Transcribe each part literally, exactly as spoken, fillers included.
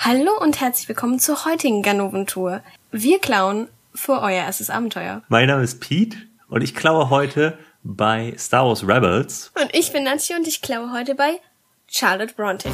Hallo und herzlich willkommen zur heutigen Ganoven-Tour. Wir klauen für euer erstes Abenteuer. Mein Name ist Pete und ich klaue heute bei Star Wars Rebels. Und ich bin Nancy und ich klaue heute bei Charlotte Bronte.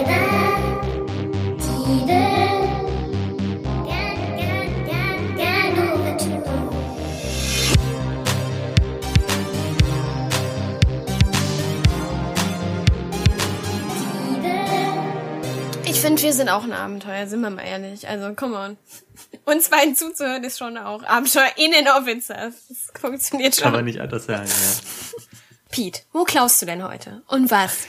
Ich finde, wir sind auch ein Abenteuer, sind wir mal ehrlich. Also, come on. Uns beiden zuzuhören ist schon auch Abenteuer in den Officers. Das funktioniert schon. Kann man nicht anders sagen, ja. Pete, wo klaust du denn heute? Und was?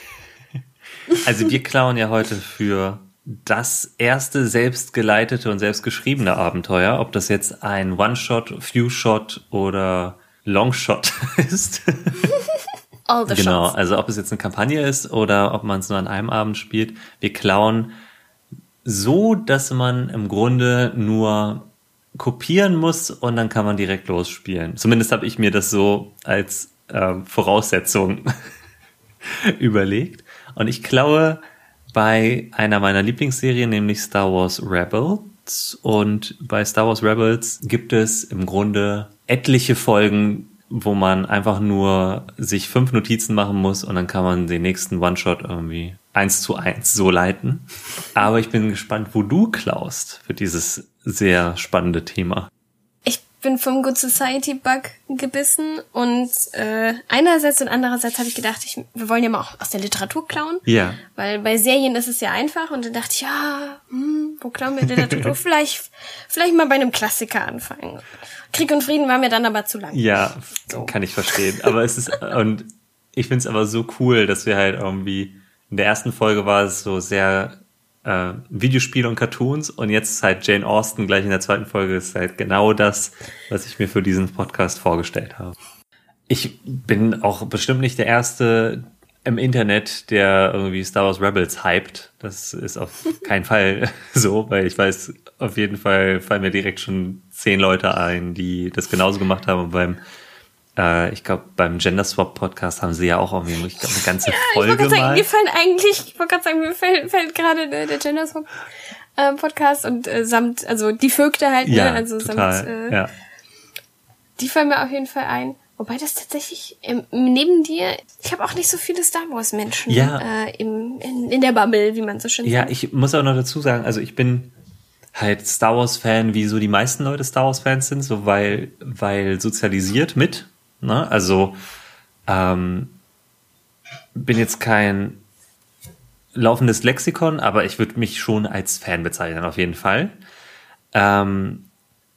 Also wir klauen ja heute für das erste selbstgeleitete und selbstgeschriebene Abenteuer. Ob das jetzt ein One-Shot, Few-Shot oder Long-Shot ist. All the Genau, shots. also ob es jetzt eine Kampagne ist oder ob man es nur an einem Abend spielt. Wir klauen so, dass man im Grunde nur kopieren muss und dann kann man direkt losspielen. Zumindest habe ich mir das so als äh, Voraussetzung überlegt. Und ich klaue bei einer meiner Lieblingsserien, nämlich Star Wars Rebels. Und bei Star Wars Rebels gibt es im Grunde etliche Folgen, wo man einfach nur sich fünf Notizen machen muss und dann kann man den nächsten One-Shot irgendwie eins zu eins so leiten. Aber ich bin gespannt, wo du klaust für dieses sehr spannende Thema. Ich bin vom Good Society Bug gebissen und äh, einerseits und andererseits habe ich gedacht, ich, wir wollen ja mal auch aus der Literatur klauen. Ja. Weil bei Serien ist es ja einfach und dann dachte ich, ja, hm, wo klauen wir Literatur? vielleicht, vielleicht mal bei einem Klassiker anfangen. Krieg und Frieden war mir dann aber zu lang. Ja, so. Kann ich verstehen. Aber es ist, und ich finde es aber so cool, dass wir halt irgendwie, in der ersten Folge war es so sehr äh, Videospiele und Cartoons und jetzt ist halt Jane Austen gleich in der zweiten Folge ist halt genau das, was ich mir für diesen Podcast vorgestellt habe. Ich bin auch bestimmt nicht der Erste im Internet, der irgendwie Star Wars Rebels hypt. Das ist auf keinen Fall so, weil ich weiß, auf jeden Fall fallen mir direkt schon zehn Leute ein, die das genauso gemacht haben. Und beim, äh, ich glaube, beim Gender Swap Podcast haben sie ja auch irgendwie ich glaub, eine ganze ja, Folge ich wollte gerade sagen, mal. mir fallen eigentlich, ich wollte gerade sagen, mir fällt, fällt gerade der, der Gender Swap äh, Podcast und äh, samt, also die Vögte halt, ja, ne, also total, samt, äh, ja. die fallen mir auf jeden Fall ein. Wobei das tatsächlich ähm, neben dir, ich habe auch nicht so viele Star Wars Menschen Ja. äh, im, in, in der Bubble, wie man so schön Ja, sagt. ich muss auch noch dazu sagen, also ich bin halt Star Wars Fan, wie so die meisten Leute Star Wars Fans sind, so weil, weil sozialisiert mit, ne, also, ähm, bin jetzt kein laufendes Lexikon, aber ich würde mich schon als Fan bezeichnen, auf jeden Fall. Ähm,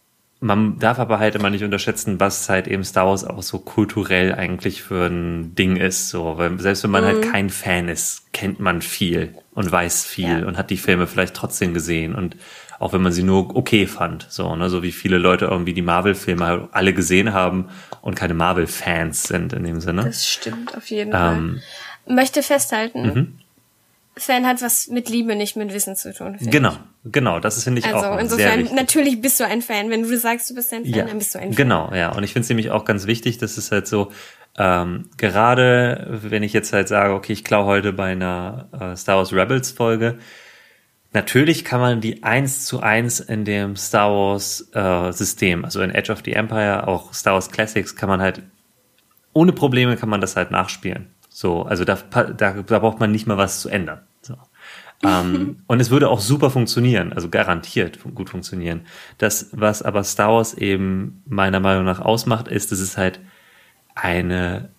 Man darf aber halt immer nicht unterschätzen, was halt eben Star Wars auch so kulturell eigentlich für ein Ding ist. So, weil selbst wenn man Mhm. halt kein Fan ist, kennt man viel und weiß viel Ja. und hat die Filme vielleicht trotzdem gesehen und auch wenn man sie nur okay fand. So, ne, so wie viele Leute irgendwie die Marvel-Filme alle gesehen haben und keine Marvel-Fans sind in dem Sinne. Das stimmt auf jeden Ähm, Fall. Möchte festhalten, mhm. Fan hat was mit Liebe, nicht mit Wissen zu tun. finde Genau, ich. genau, das ist, finde ich, Also auch sehr insofern, wichtig. natürlich bist du ein Fan. Wenn du sagst, du bist ein Fan, Ja, dann bist du ein Fan. genau, ja. Und ich finde es nämlich auch ganz wichtig, dass es halt so, ähm, gerade wenn ich jetzt halt sage, okay, ich klaue heute bei einer äh, Star Wars Rebels Folge, natürlich kann man die eins zu eins in dem Star Wars äh, System, also in Edge of the Empire, auch Star Wars Classics, kann man halt, ohne Probleme kann man das halt nachspielen. So, also da, da, da braucht man nicht mal was zu ändern. So. ähm, und es würde auch super funktionieren, also garantiert gut funktionieren. Das, was aber Star Wars eben meiner Meinung nach ausmacht, ist, dass es halt eine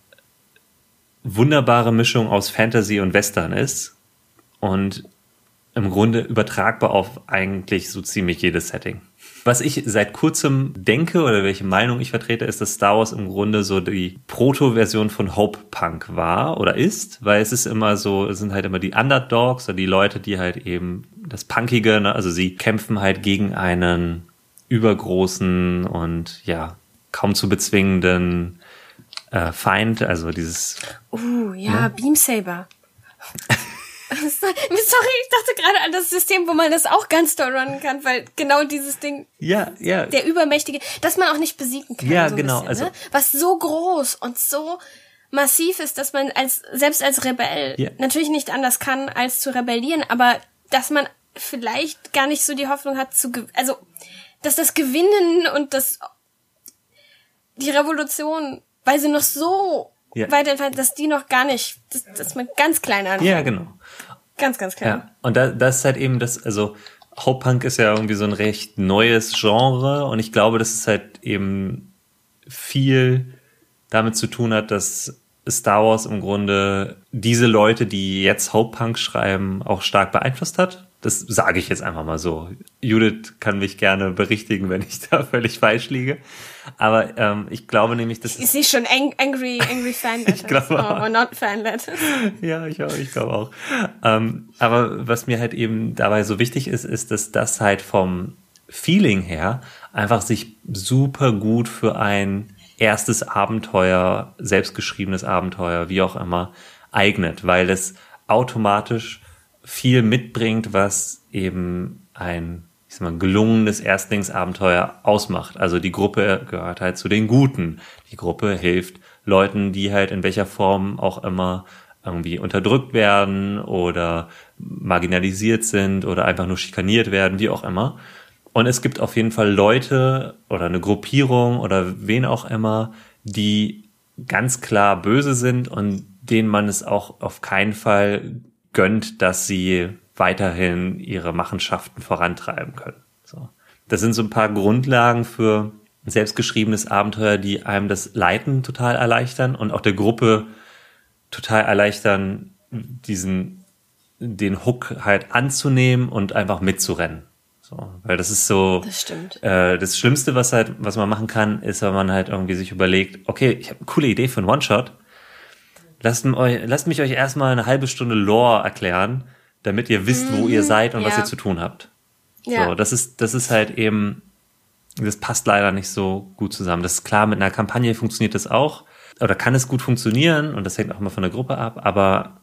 wunderbare Mischung aus Fantasy und Western ist und im Grunde übertragbar auf eigentlich so ziemlich jedes Setting. Was ich seit kurzem denke oder welche Meinung ich vertrete, ist, dass Star Wars im Grunde so die Proto-Version von Hope Punk war oder ist, weil es ist immer so, es sind halt immer die Underdogs oder die Leute, die halt eben das Punkige, ne? Also sie kämpfen halt gegen einen übergroßen und ja, kaum zu bezwingenden äh, Feind, also dieses... Uh, ja, Ne? Beamsaber. Sorry, ich dachte gerade an das System, wo man das auch ganz doll runnen kann, weil genau dieses Ding, Ja, ja. der Übermächtige, dass man auch nicht besiegen kann. Ja, so ein genau, bisschen, also- ne? Was so groß und so massiv ist, dass man als selbst als Rebell Ja. natürlich nicht anders kann, als zu rebellieren, aber dass man vielleicht gar nicht so die Hoffnung hat zu, ge- also, dass das Gewinnen und das, die Revolution, weil sie noch so ja. weit entfernt, dass die noch gar nicht, dass, dass man ganz klein anfängt. Ja, genau. Ganz, ganz klein. Ja. Und da, das ist halt eben das, also, Hauptpunk ist ja irgendwie so ein recht neues Genre und ich glaube, dass es halt eben viel damit zu tun hat, dass Star Wars im Grunde diese Leute, die jetzt Hauptpunk schreiben, auch stark beeinflusst hat. Das sage ich jetzt einfach mal so. Judith kann mich gerne berichtigen, wenn ich da völlig falsch liege. Aber ähm, ich glaube nämlich, dass... Ich sehe schon ang- angry, angry Fanletters. Ich glaube auch. Or not Fanletters. Ja, ich auch, ich glaube auch. Ähm, aber was mir halt eben dabei so wichtig ist, ist, dass das halt vom Feeling her einfach sich super gut für ein erstes Abenteuer, selbstgeschriebenes Abenteuer, wie auch immer, eignet, weil es automatisch viel mitbringt, was eben ein, ich sag mal, gelungenes Erstlingsabenteuer ausmacht. Also die Gruppe gehört halt zu den Guten. Die Gruppe hilft Leuten, die halt in welcher Form auch immer irgendwie unterdrückt werden oder marginalisiert sind oder einfach nur schikaniert werden, wie auch immer. Und es gibt auf jeden Fall Leute oder eine Gruppierung oder wen auch immer, die ganz klar böse sind und denen man es auch auf keinen Fall gönnt, dass sie weiterhin ihre Machenschaften vorantreiben können. So. Das sind so ein paar Grundlagen für ein selbstgeschriebenes Abenteuer, die einem das Leiten total erleichtern und auch der Gruppe total erleichtern, diesen, den Hook halt anzunehmen und einfach mitzurennen. So, weil das ist so, das stimmt. Äh, das Schlimmste, was halt, was man machen kann, ist, wenn man halt irgendwie sich überlegt, okay, ich habe eine coole Idee für einen One-Shot. Lasst, euch, lasst mich euch erstmal eine halbe Stunde Lore erklären, damit ihr wisst, wo ihr seid und ja. was ihr zu tun habt. Ja. So, das ist, das ist halt eben, das passt leider nicht so gut zusammen. Das ist klar, mit einer Kampagne funktioniert das auch, oder kann es gut funktionieren, und das hängt auch immer von der Gruppe ab, aber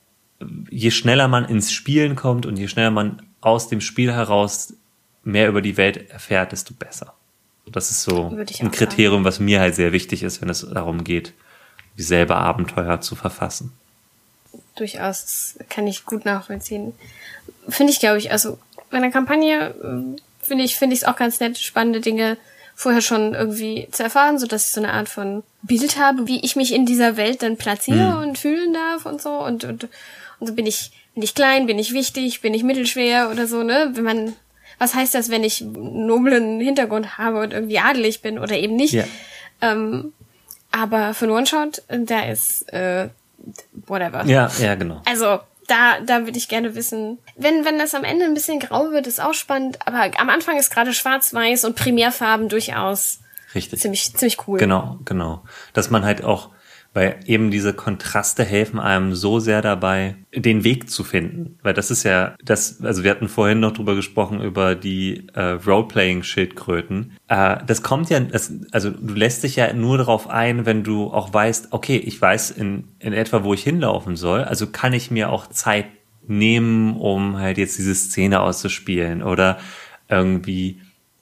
je schneller man ins Spielen kommt und je schneller man aus dem Spiel heraus mehr über die Welt erfährt, desto besser. Das ist so ein Kriterium, sagen. Was mir halt sehr wichtig ist, wenn es darum geht, dieselbe Abenteuer zu verfassen. Durchaus, das kann ich gut nachvollziehen. Finde ich, glaube ich, also bei einer Kampagne finde ich, finde ich es auch ganz nett, spannende Dinge vorher schon irgendwie zu erfahren, so dass ich so eine Art von Bild habe, wie ich mich in dieser Welt dann platziere mhm. und fühlen darf und so. Und, und, und so bin ich, bin ich klein, bin ich wichtig, bin ich mittelschwer oder so, ne? Wenn man, was heißt das, wenn ich einen noblen Hintergrund habe und irgendwie adelig bin oder eben nicht? Ja. Ähm, aber für einen One-Shot, da ist äh, whatever. Ja, ja, genau. Also da, da würde ich gerne wissen, wenn, wenn das am Ende ein bisschen grau wird, ist auch spannend, aber am Anfang ist gerade schwarz-weiß und Primärfarben durchaus richtig. ziemlich, ziemlich cool. Genau, genau. Dass man halt auch, weil eben diese Kontraste helfen einem so sehr dabei, den Weg zu finden. Weil das ist ja, das, also wir hatten vorhin noch drüber gesprochen, über die äh, Roleplaying-Schildkröten. Äh, das kommt ja, das, also du lässt dich ja nur darauf ein, wenn du auch weißt, okay, ich weiß in, in etwa, wo ich hinlaufen soll, also kann ich mir auch Zeit nehmen, um halt jetzt diese Szene auszuspielen oder irgendwie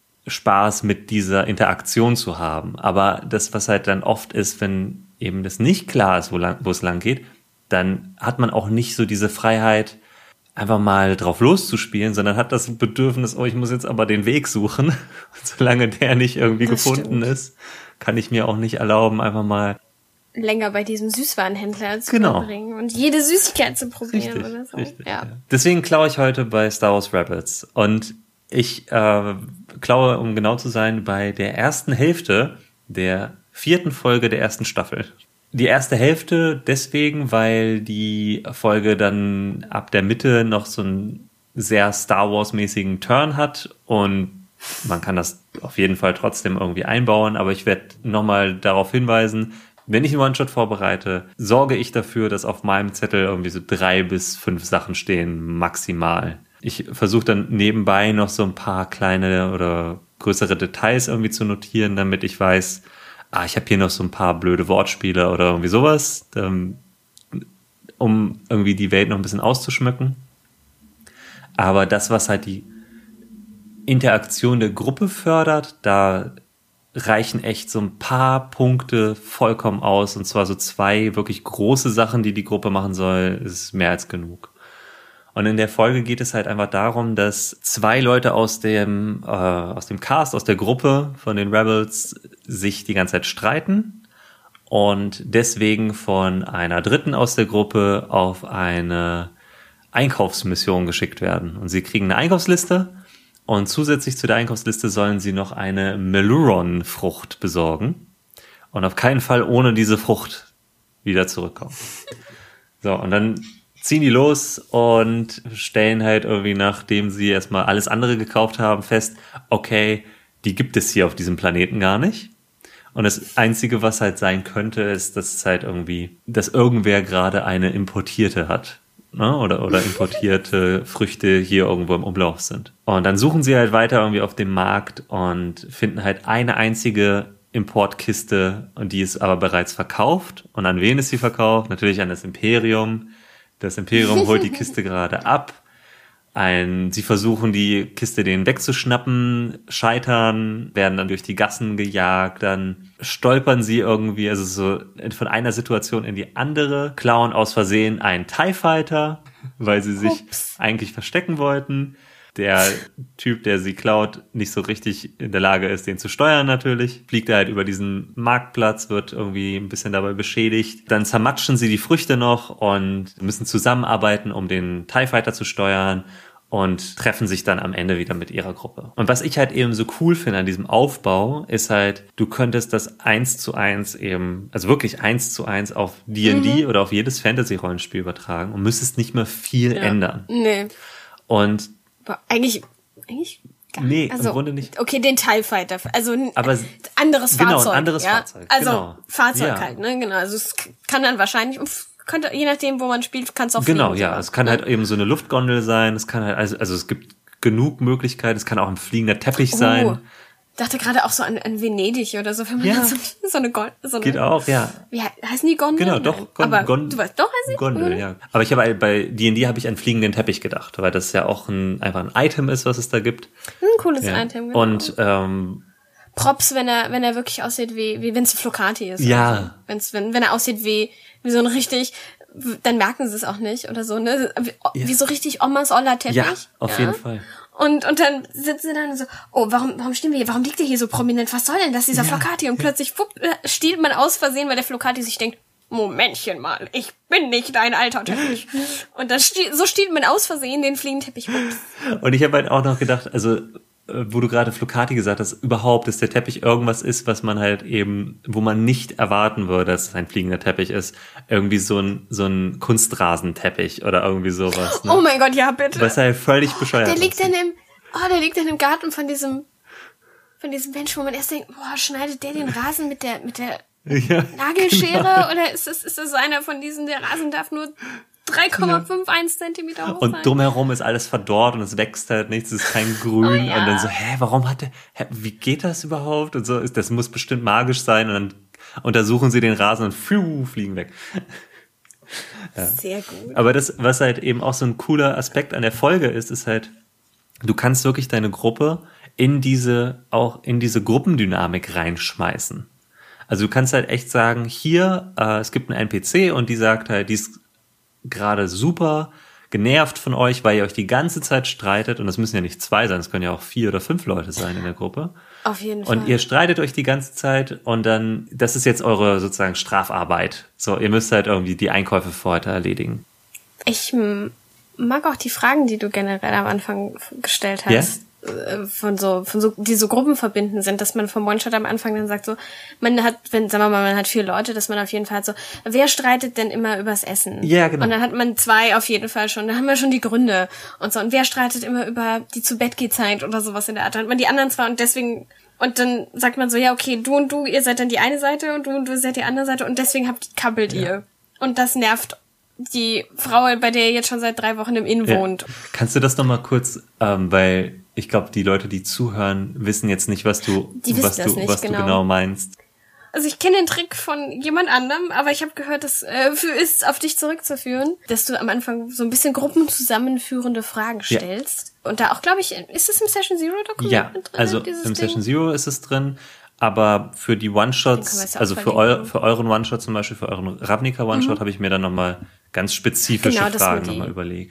Spaß mit dieser Interaktion zu haben. Aber das, was halt dann oft ist, wenn eben das nicht klar ist, wo, lang, wo es lang geht, dann hat man auch nicht so diese Freiheit, einfach mal drauf loszuspielen, sondern hat das Bedürfnis, oh, ich muss jetzt aber den Weg suchen. Und solange der nicht irgendwie das gefunden stimmt. ist, kann ich mir auch nicht erlauben, einfach mal länger bei diesem Süßwarenhändler zu genau. verbringen und jede Süßigkeit zu probieren richtig, oder so. Richtig, ja. Ja. Deswegen klaue ich heute bei Star Wars Rebels. Und ich äh, klaue, um genau zu sein, bei der ersten Hälfte der vierten Folge der ersten Staffel. Die erste Hälfte deswegen, weil die Folge dann ab der Mitte noch so einen sehr Star Wars-mäßigen Turn hat und man kann das auf jeden Fall trotzdem irgendwie einbauen, aber ich werde nochmal darauf hinweisen, wenn ich einen One-Shot vorbereite, sorge ich dafür, dass auf meinem Zettel irgendwie so drei bis fünf Sachen stehen, maximal. Ich versuche dann nebenbei noch so ein paar kleine oder größere Details irgendwie zu notieren, damit ich weiß, ah, ich habe hier noch so ein paar blöde Wortspiele oder irgendwie sowas, ähm, um irgendwie die Welt noch ein bisschen auszuschmücken. Aber das, was halt die Interaktion der Gruppe fördert, da reichen echt so ein paar Punkte vollkommen aus. Und zwar so zwei wirklich große Sachen, die die Gruppe machen soll, ist mehr als genug. Und in der Folge geht es halt einfach darum, dass zwei Leute aus dem, äh, aus dem Cast, aus der Gruppe von den Rebels sich die ganze Zeit streiten und deswegen von einer Dritten aus der Gruppe auf eine Einkaufsmission geschickt werden. Und sie kriegen eine Einkaufsliste und zusätzlich zu der Einkaufsliste sollen sie noch eine Meluron-Frucht besorgen und auf keinen Fall ohne diese Frucht wieder zurückkommen. So, und dann ziehen die los und stellen halt irgendwie, nachdem sie erstmal alles andere gekauft haben, fest, okay, die gibt es hier auf diesem Planeten gar nicht. Und das Einzige, was halt sein könnte, ist, dass es halt irgendwie, dass irgendwer gerade eine importierte hat. Ne? Oder, oder importierte Früchte hier irgendwo im Umlauf sind. Und dann suchen sie halt weiter irgendwie auf dem Markt und finden halt eine einzige Importkiste und die ist aber bereits verkauft. Und an wen ist sie verkauft? Natürlich an das Imperium. Das Imperium holt die Kiste gerade ab. Ein, sie versuchen, die Kiste denen wegzuschnappen, scheitern, werden dann durch die Gassen gejagt, dann stolpern sie irgendwie, also so von einer Situation in die andere, klauen aus Versehen einen TIE Fighter, weil sie sich Ups. eigentlich verstecken wollten. Der Typ, der sie klaut, nicht so richtig in der Lage ist, den zu steuern natürlich. Fliegt er halt über diesen Marktplatz, wird irgendwie ein bisschen dabei beschädigt. Dann zermatschen sie die Früchte noch und müssen zusammenarbeiten, um den TIE Fighter zu steuern und treffen sich dann am Ende wieder mit ihrer Gruppe. Und was ich halt eben so cool finde an diesem Aufbau, ist halt, du könntest das eins zu eins eben, also wirklich eins zu eins auf D und D mhm. oder auf jedes Fantasy-Rollenspiel übertragen und müsstest nicht mehr viel ja. ändern. Nee. Und Aber eigentlich, eigentlich gar Nee, also, im Grunde nicht. Okay, den TIE Fighter, also ein Aber anderes genau, Fahrzeug. Ein anderes ja? Fahrzeug. Also genau. Fahrzeug ja. halt, ne? Genau. Also es kann dann wahrscheinlich, könnte, je nachdem, wo man spielt, kann es auch Genau, fliegen. ja. Sogar. Es kann ne? halt eben so eine Luftgondel sein, es kann halt, also, also es gibt genug Möglichkeiten, es kann auch ein fliegender Teppich oh. sein. Ich dachte gerade auch so an, an Venedig oder so, wenn man ja. so, so eine Gondel. So Geht auch, ja. Wie heißen die Gondel? Genau, doch. Gon- Aber Gon- du weißt, doch heißt sie? Gondel, mhm. ja. Aber ich habe bei D und D habe ich an fliegenden Teppich gedacht, weil das ja auch ein, einfach ein Item ist, was es da gibt. Ein cooles ja. Item, genau. Und ähm, Props, wenn er, wenn er wirklich aussieht wie, wie wenn es Flocati ist. Ja. Also. Wenn's, wenn, wenn er aussieht wie, wie so ein richtig, dann merken sie es auch nicht oder so, ne? Wie, ja. wie so richtig Omas Oller Teppich. Ja, auf ja. jeden Fall. Und, und dann sitzen sie dann so, oh, warum, warum stehen wir hier? Warum liegt der hier so prominent? Was soll denn das, dieser ja. Flocati? Und plötzlich wupp, stiehlt man aus Versehen, weil der Flocati sich denkt, Momentchen mal, ich bin nicht dein alter Teppich. Und dann stiehlt, so stiehlt man aus Versehen den fliegenden Teppich. Ups. Und ich habe halt auch noch gedacht, also wo du gerade Flocati gesagt hast, überhaupt, dass der Teppich irgendwas ist, was man halt eben, wo man nicht erwarten würde, dass es ein fliegender Teppich ist. Irgendwie so ein, so ein Kunstrasenteppich oder irgendwie sowas. Ne? Oh mein Gott, ja, bitte. Was halt völlig bescheuert ist. Der liegt dann im, oh, der liegt dann im Garten von diesem, von diesem Menschen, wo man erst denkt, boah, schneidet der den Rasen mit der, mit der ja, Nagelschere? Genau. Oder ist das, ist das so einer von diesen, der Rasen darf nur drei Komma fünfundfünfzig Zentimeter hoch und sein. drumherum ist alles verdorrt und es wächst halt nichts, es ist kein Grün. Oh, ja. Und dann so, hä, warum hat der, hä, wie geht das überhaupt? Und so, ist, das muss bestimmt magisch sein. Und dann untersuchen sie den Rasen und pfiuh, fliegen weg. Ja. Sehr gut. Aber das, was halt eben auch so ein cooler Aspekt an der Folge ist, ist halt, du kannst wirklich deine Gruppe in diese, auch in diese Gruppendynamik reinschmeißen. Also du kannst halt echt sagen, hier, äh, es gibt einen N P C und die sagt halt, die ist gerade super genervt von euch, weil ihr euch die ganze Zeit streitet. Und das müssen ja nicht zwei sein, es können ja auch vier oder fünf Leute sein in der Gruppe. Auf jeden Fall. Und ihr streitet euch die ganze Zeit und dann, das ist jetzt eure sozusagen Strafarbeit. So, ihr müsst halt irgendwie die Einkäufe für heute erledigen. Ich m- mag auch die Fragen, die du generell am Anfang gestellt hast. Ja? Von so, von so, die so gruppenverbindend sind, dass man vom One-Shot am Anfang dann sagt so, man hat, wenn, sagen wir mal, man hat vier Leute, dass man auf jeden Fall hat so, wer streitet denn immer übers Essen? Ja, genau. Und dann hat man zwei auf jeden Fall schon, da haben wir schon die Gründe und so, und wer streitet immer über die Zu-Bett-Geh-Zeit oder sowas in der Art? Dann hat man die anderen zwei und deswegen, und dann sagt man so, ja, okay, du und du, ihr seid dann die eine Seite und du und du seid die andere Seite und deswegen habt, kabbelt ja. ihr. Und das nervt die Frau, bei der ihr jetzt schon seit drei Wochen im Inn ja. wohnt. Kannst du das nochmal kurz, ähm, weil ich glaube, die Leute, die zuhören, wissen jetzt nicht, was du, Die wissen was das du, nicht, was genau. du genau meinst. Also ich kenne den Trick von jemand anderem, aber ich habe gehört, das äh, für ist auf dich zurückzuführen, dass du am Anfang so ein bisschen gruppenzusammenführende Fragen stellst. Ja. Und da auch, glaube ich, ist es im Session Zero Dokument ja, mit drin? also im Ding? Session Zero ist es drin, aber für die One-Shots, ja also für, eu, für euren One-Shot zum Beispiel, für euren Ravnica One-Shot, mhm. habe ich mir dann nochmal ganz spezifische genau, Fragen nochmal überlegt.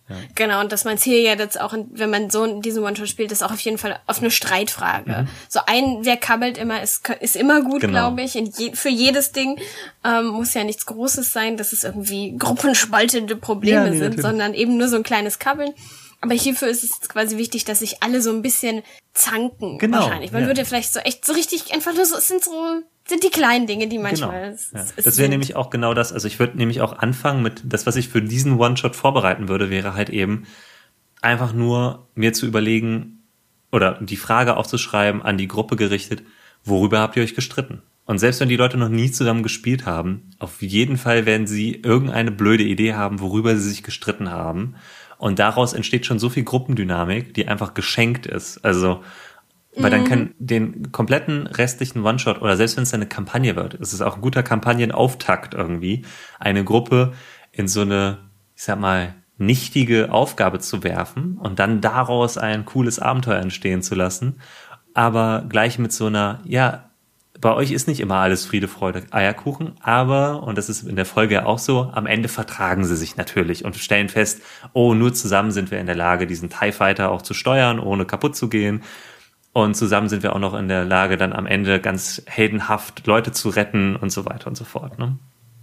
Ja. Genau, und dass man es hier ja jetzt auch, in, wenn man so in diesem One-Shot spielt, ist auch auf jeden Fall auf eine Streitfrage. Mhm. So ein, wer kabbelt immer, ist, ist immer gut, genau. glaube ich, in je, für jedes Ding. Ähm, muss ja nichts Großes sein, dass es irgendwie gruppenspaltende Probleme ja, nee, sind, natürlich. Sondern eben nur so ein kleines Kabbeln. Aber hierfür ist es jetzt quasi wichtig, dass sich alle so ein bisschen zanken, genau, wahrscheinlich. Man ja. würde vielleicht so echt so richtig einfach nur so, es sind so, sind die kleinen Dinge, die manchmal... Genau. Ja. Das wäre nämlich auch genau das, also ich würde nämlich auch anfangen mit, das, was ich für diesen One-Shot vorbereiten würde, wäre halt eben einfach nur mir zu überlegen oder die Frage aufzuschreiben, an die Gruppe gerichtet, worüber habt ihr euch gestritten? Und selbst wenn die Leute noch nie zusammen gespielt haben, auf jeden Fall werden sie irgendeine blöde Idee haben, worüber sie sich gestritten haben. Und daraus entsteht schon so viel Gruppendynamik, die einfach geschenkt ist. Also, weil dann kann den kompletten restlichen One-Shot oder selbst wenn es eine Kampagne wird, es ist auch ein guter Kampagnenauftakt irgendwie, eine Gruppe in so eine, ich sag mal, nichtige Aufgabe zu werfen und dann daraus ein cooles Abenteuer entstehen zu lassen. Aber gleich mit so einer, ja, bei euch ist nicht immer alles Friede, Freude, Eierkuchen, aber, und das ist in der Folge ja auch so, am Ende vertragen sie sich natürlich und stellen fest, oh, nur zusammen sind wir in der Lage, diesen TIE Fighter auch zu steuern, ohne kaputt zu gehen. Und zusammen sind wir auch noch in der Lage, dann am Ende ganz heldenhaft Leute zu retten und so weiter und so fort. Ne?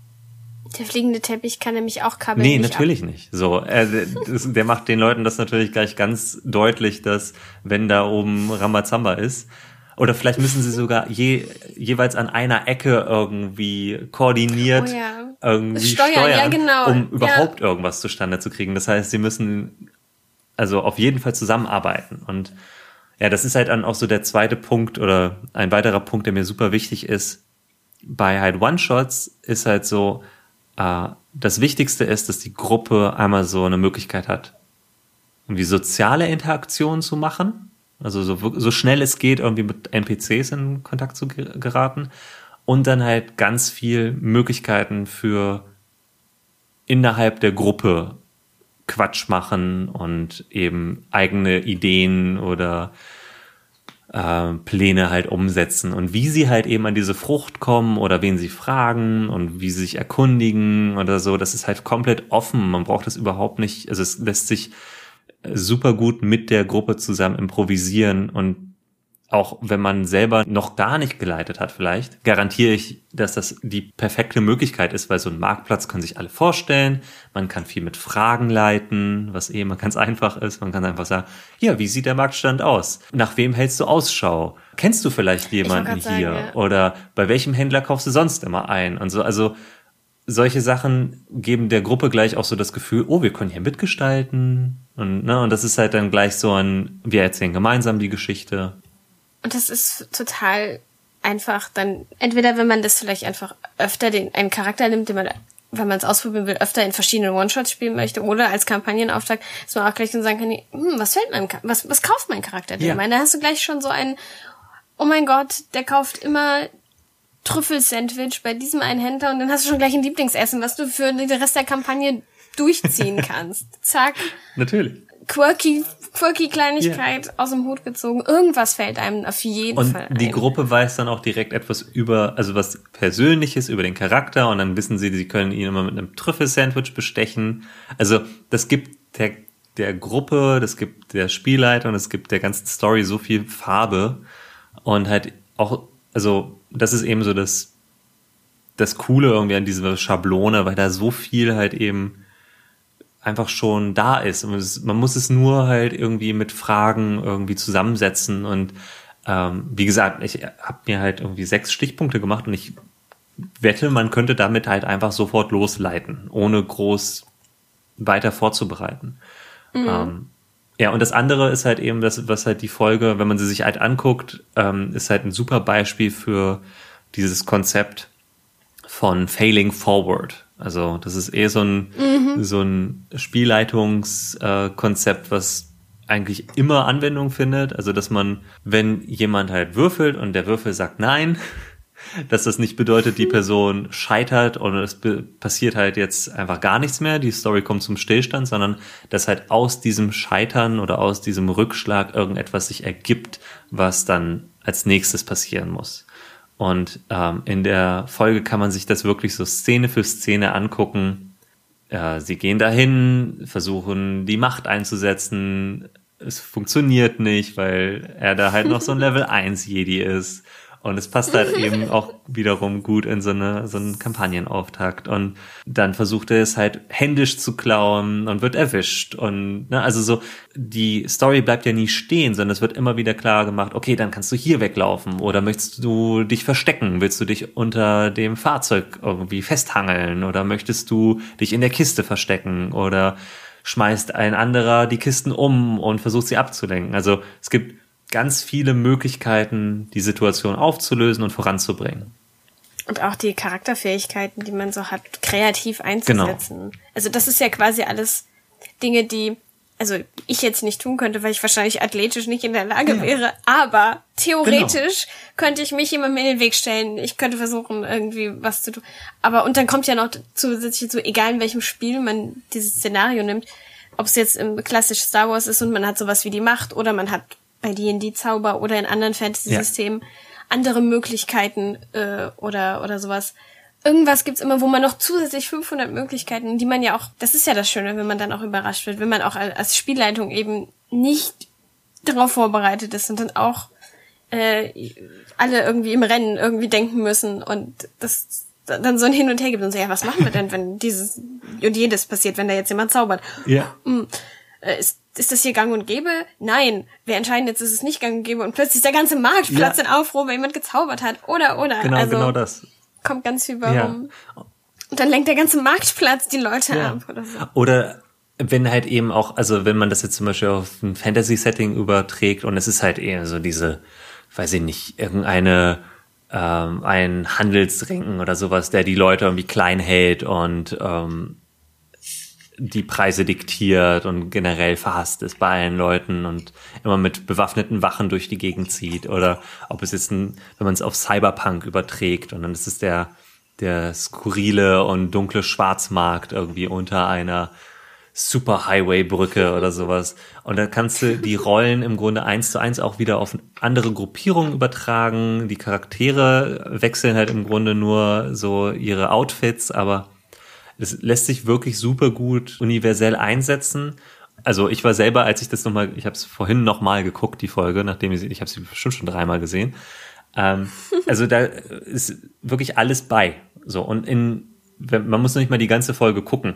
Der fliegende Teppich kann nämlich auch kabbeln. Nee, nicht natürlich ab. nicht. So, äh, das, der macht den Leuten das natürlich gleich ganz deutlich, dass wenn da oben Rambazamba ist, oder vielleicht müssen sie sogar je, jeweils an einer Ecke irgendwie koordiniert oh ja. irgendwie steuern, steuern ja, genau. um überhaupt ja. irgendwas zustande zu kriegen. Das heißt, sie müssen also auf jeden Fall zusammenarbeiten. Und ja, das ist halt dann auch so der zweite Punkt oder ein weiterer Punkt, der mir super wichtig ist. Bei halt One-Shots ist halt so, äh, das Wichtigste ist, dass die Gruppe einmal so eine Möglichkeit hat, irgendwie soziale Interaktionen zu machen. Also so, so schnell es geht, irgendwie mit N P Cs in Kontakt zu geraten. Und dann halt ganz viel Möglichkeiten für innerhalb der Gruppe Quatsch machen und eben eigene Ideen oder äh, Pläne halt umsetzen. Und wie sie halt eben an diese Frucht kommen oder wen sie fragen und wie sie sich erkundigen oder so, das ist halt komplett offen. Man braucht das überhaupt nicht, also es lässt sich super gut mit der Gruppe zusammen improvisieren und auch wenn man selber noch gar nicht geleitet hat vielleicht, garantiere ich, dass das die perfekte Möglichkeit ist, weil so ein Marktplatz können sich alle vorstellen, man kann viel mit Fragen leiten, was eh immer ganz einfach ist, man kann einfach sagen, ja, wie sieht der Marktstand aus? Nach wem hältst du Ausschau? Kennst du vielleicht jemanden hier? Sagen, ja. Oder bei welchem Händler kaufst du sonst immer ein? Und so, also solche Sachen geben der Gruppe gleich auch so das Gefühl, oh, wir können hier mitgestalten. Und, ne, und das ist halt dann gleich so ein, wir erzählen gemeinsam die Geschichte. Und das ist total einfach dann, entweder wenn man das vielleicht einfach öfter den einen Charakter nimmt, den man, wenn man es ausprobieren will, öfter in verschiedenen One-Shots spielen möchte, oder als Kampagnenauftakt, dass man auch gleich dann sagen kann, hm, was fällt meinem, was, was kauft mein Charakter denn? Ja. Ich meine, da hast du gleich schon so einen, oh mein Gott, der kauft immer Trüffelsandwich bei diesem einen Händler und dann hast du schon gleich ein Lieblingsessen, was du für den Rest der Kampagne durchziehen kannst. Zack. Natürlich. Quirky, quirky Kleinigkeit yeah. aus dem Hut gezogen. Irgendwas fällt einem auf jeden und Fall ein. Und die Gruppe weiß dann auch direkt etwas über, also was Persönliches über den Charakter und dann wissen sie, sie können ihn immer mit einem Trüffelsandwich bestechen. Also das gibt der, der Gruppe, das gibt der Spielleitung, das gibt der ganzen Story so viel Farbe und halt auch, also das ist eben so das, das Coole irgendwie an dieser Schablone, weil da so viel halt eben einfach schon da ist. Und es, man muss es nur halt irgendwie mit Fragen irgendwie zusammensetzen. Und ähm, wie gesagt, ich habe mir halt irgendwie sechs Stichpunkte gemacht und ich wette, man könnte damit halt einfach sofort losleiten, ohne groß weiter vorzubereiten. Mhm. Ähm, ja, und das andere ist halt eben, das, was halt die Folge, wenn man sie sich halt anguckt, ähm, ist halt ein super Beispiel für dieses Konzept von Failing Forward. Also das ist eher so ein, mhm. so ein Spielleitungskonzept, äh, was eigentlich immer Anwendung findet. Also dass man, wenn jemand halt würfelt und der Würfel sagt nein, dass das nicht bedeutet, die Person scheitert und es be- passiert halt jetzt einfach gar nichts mehr, die Story kommt zum Stillstand, sondern dass halt aus diesem Scheitern oder aus diesem Rückschlag irgendetwas sich ergibt, was dann als nächstes passieren muss. Und ähm, in der Folge kann man sich das wirklich so Szene für Szene angucken, Ja, sie gehen dahin, versuchen die Macht einzusetzen. Es funktioniert nicht, weil er da halt noch so ein Level eins Jedi ist. Und es passt halt eben auch wiederum gut in so, eine, so einen Kampagnenauftakt. Und dann versucht er es halt händisch zu klauen und wird erwischt. Und ne, also so, die Story bleibt ja nie stehen, sondern es wird immer wieder klar gemacht, okay, dann kannst du hier weglaufen. Oder möchtest du dich verstecken? Willst du dich unter dem Fahrzeug irgendwie festhangeln? Oder möchtest du dich in der Kiste verstecken? Oder schmeißt ein anderer die Kisten um und versucht sie abzulenken? Also es gibt ganz viele Möglichkeiten, die Situation aufzulösen und voranzubringen. Und auch die Charakterfähigkeiten, die man so hat, kreativ einzusetzen. Genau. Also das ist ja quasi alles Dinge, die also ich jetzt nicht tun könnte, weil ich wahrscheinlich athletisch nicht in der Lage ja. wäre, aber theoretisch genau. könnte ich mich jemandem in den Weg stellen. Ich könnte versuchen, irgendwie was zu tun. Aber und dann kommt ja noch zusätzlich so, egal in welchem Spiel man dieses Szenario nimmt, ob es jetzt im klassisch Star Wars ist und man hat sowas wie die Macht oder man hat bei D und D Zauber oder in anderen Fantasy-Systemen ja. andere Möglichkeiten äh, oder oder sowas. Irgendwas gibt's immer, wo man noch zusätzlich fünfhundert Möglichkeiten, die man ja auch, das ist ja das Schöne, wenn man dann auch überrascht wird, wenn man auch als Spielleitung eben nicht darauf vorbereitet ist und dann auch äh, alle irgendwie im Rennen irgendwie denken müssen und das dann so ein Hin und Her gibt und so, ja, was machen wir denn, wenn dieses und jedes passiert, wenn da jetzt jemand zaubert? Ja. Hm, äh, ist Ist das hier gang und gäbe? Nein. Wir entscheiden jetzt, ist es nicht gang und gäbe und plötzlich ist der ganze Marktplatz ja. in Aufruhr, weil jemand gezaubert hat. Oder, oder. Genau, also, genau das. Kommt ganz viel warum. Ja. Und dann lenkt der ganze Marktplatz die Leute ja. ab. Oder so. Oder wenn halt eben auch, also wenn man das jetzt zum Beispiel auf ein Fantasy-Setting überträgt und es ist halt eher so diese, weiß ich nicht, irgendeine, ähm, ein Handelsring oder sowas, der die Leute irgendwie klein hält und, ähm, die Preise diktiert und generell verhasst ist bei allen Leuten und immer mit bewaffneten Wachen durch die Gegend zieht. Oder ob es jetzt, ein, wenn man es auf Cyberpunk überträgt und dann ist es der, der skurrile und dunkle Schwarzmarkt irgendwie unter einer Superhighway-Brücke oder sowas. Und dann kannst du die Rollen im Grunde eins zu eins auch wieder auf andere Gruppierungen übertragen. Die Charaktere wechseln halt im Grunde nur so ihre Outfits, aber es lässt sich wirklich super gut universell einsetzen. Also ich war selber, als ich das nochmal, ich habe es vorhin nochmal geguckt, die Folge, nachdem ich, ich habe sie bestimmt schon dreimal gesehen. Ähm, also da ist wirklich alles bei. So und in, man muss noch nicht mal die ganze Folge gucken.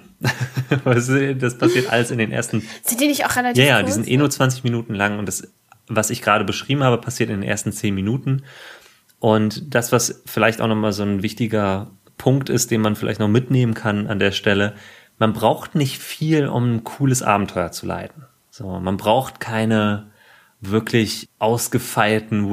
Das passiert alles in den ersten. Sind die nicht auch relativ Ja, ja, kurz? Die sind eh nur zwanzig Minuten lang und das, was ich gerade beschrieben habe, passiert in den ersten zehn Minuten. Und das, was vielleicht auch nochmal so ein wichtiger Punkt ist, den man vielleicht noch mitnehmen kann an der Stelle, man braucht nicht viel, um ein cooles Abenteuer zu leiten. So, man braucht keine wirklich ausgefeilten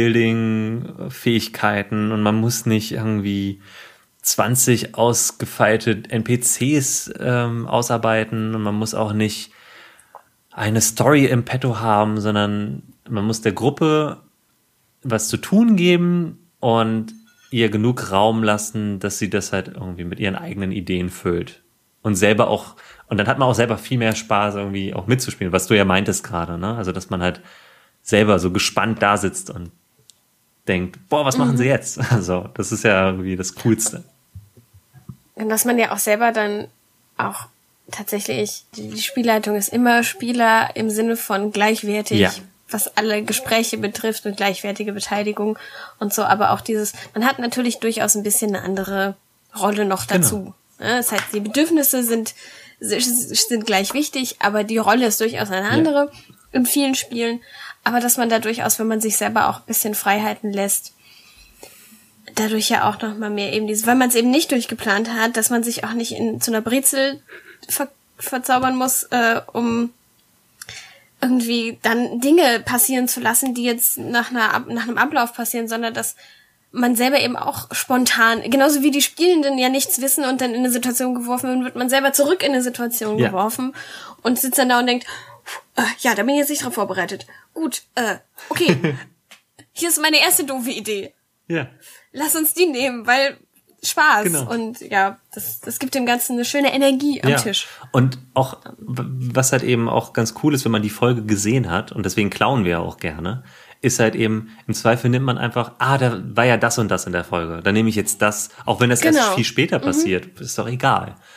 Worldbuilding-Fähigkeiten und man muss nicht irgendwie zwanzig ausgefeilte N P Cs ähm, ausarbeiten und man muss auch nicht eine Story im Petto haben, sondern man muss der Gruppe was zu tun geben und ihr genug Raum lassen, dass sie das halt irgendwie mit ihren eigenen Ideen füllt. Und selber auch, und dann hat man auch selber viel mehr Spaß, irgendwie auch mitzuspielen, was du ja meintest gerade, ne? Also, dass man halt selber so gespannt da sitzt und denkt, boah, was machen mhm. sie jetzt? Also, das ist ja irgendwie das Coolste. Und dass man ja auch selber dann auch tatsächlich, die Spielleitung ist immer Spieler im Sinne von gleichwertig. Ja. Was alle Gespräche betrifft und gleichwertige Beteiligung und so, aber auch dieses, man hat natürlich durchaus ein bisschen eine andere Rolle noch dazu. Genau. Das heißt, die Bedürfnisse sind, sind gleich wichtig, aber die Rolle ist durchaus eine andere ja. in vielen Spielen, aber dass man da durchaus, wenn man sich selber auch ein bisschen Freiheiten lässt, dadurch ja auch noch mal mehr eben dieses, weil man es eben nicht durchgeplant hat, dass man sich auch nicht in zu einer Brezel ver, verzaubern muss, äh, um irgendwie dann Dinge passieren zu lassen, die jetzt nach einer nach einem Ablauf passieren, sondern dass man selber eben auch spontan, genauso wie die Spielenden ja nichts wissen und dann in eine Situation geworfen wird, wird man selber zurück in eine Situation ja. geworfen und sitzt dann da und denkt, äh, ja, da bin ich jetzt nicht drauf vorbereitet. Gut, äh, okay, hier ist meine erste doofe Idee. Ja. Lass uns die nehmen, weil Spaß. Genau. Und ja, das, das gibt dem Ganzen eine schöne Energie am ja. Tisch. Und auch, was halt eben auch ganz cool ist, wenn man die Folge gesehen hat, und deswegen klauen wir auch gerne, ist halt eben, im Zweifel nimmt man einfach, ah, da war ja das und das in der Folge. Dann nehme ich jetzt das, auch wenn das genau. erst viel später passiert, mhm. ist doch egal.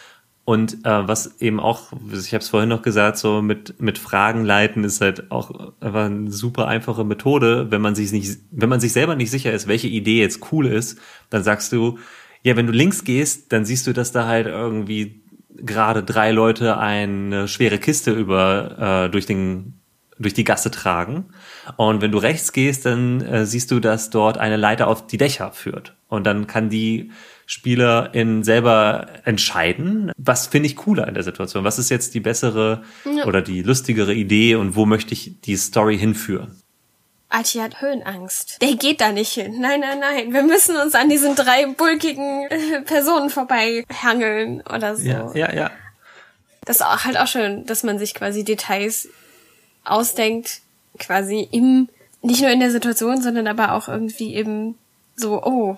Und äh, was eben auch, ich habe es vorhin noch gesagt, so mit mit Fragen leiten ist halt auch einfach eine super einfache Methode, wenn man sich nicht, wenn man sich selber nicht sicher ist, welche Idee jetzt cool ist, dann sagst du, ja, wenn du links gehst, dann siehst du, dass da halt irgendwie gerade drei Leute eine schwere Kiste über äh, durch den durch die Gasse tragen. Und wenn du rechts gehst, dann äh, siehst du, dass dort eine Leiter auf die Dächer führt. Und dann kann die Spielerin selber entscheiden, was finde ich cooler in der Situation, was ist jetzt die bessere ja. oder die lustigere Idee und wo möchte ich die Story hinführen. Archie hat Höhenangst. Der geht da nicht hin. Nein, nein, nein. Wir müssen uns an diesen drei bulkigen äh, Personen vorbei hangeln oder so. Ja, ja, ja. Das ist auch halt auch schön, dass man sich quasi Details ausdenkt, quasi im, nicht nur in der Situation, sondern aber auch irgendwie eben so, oh,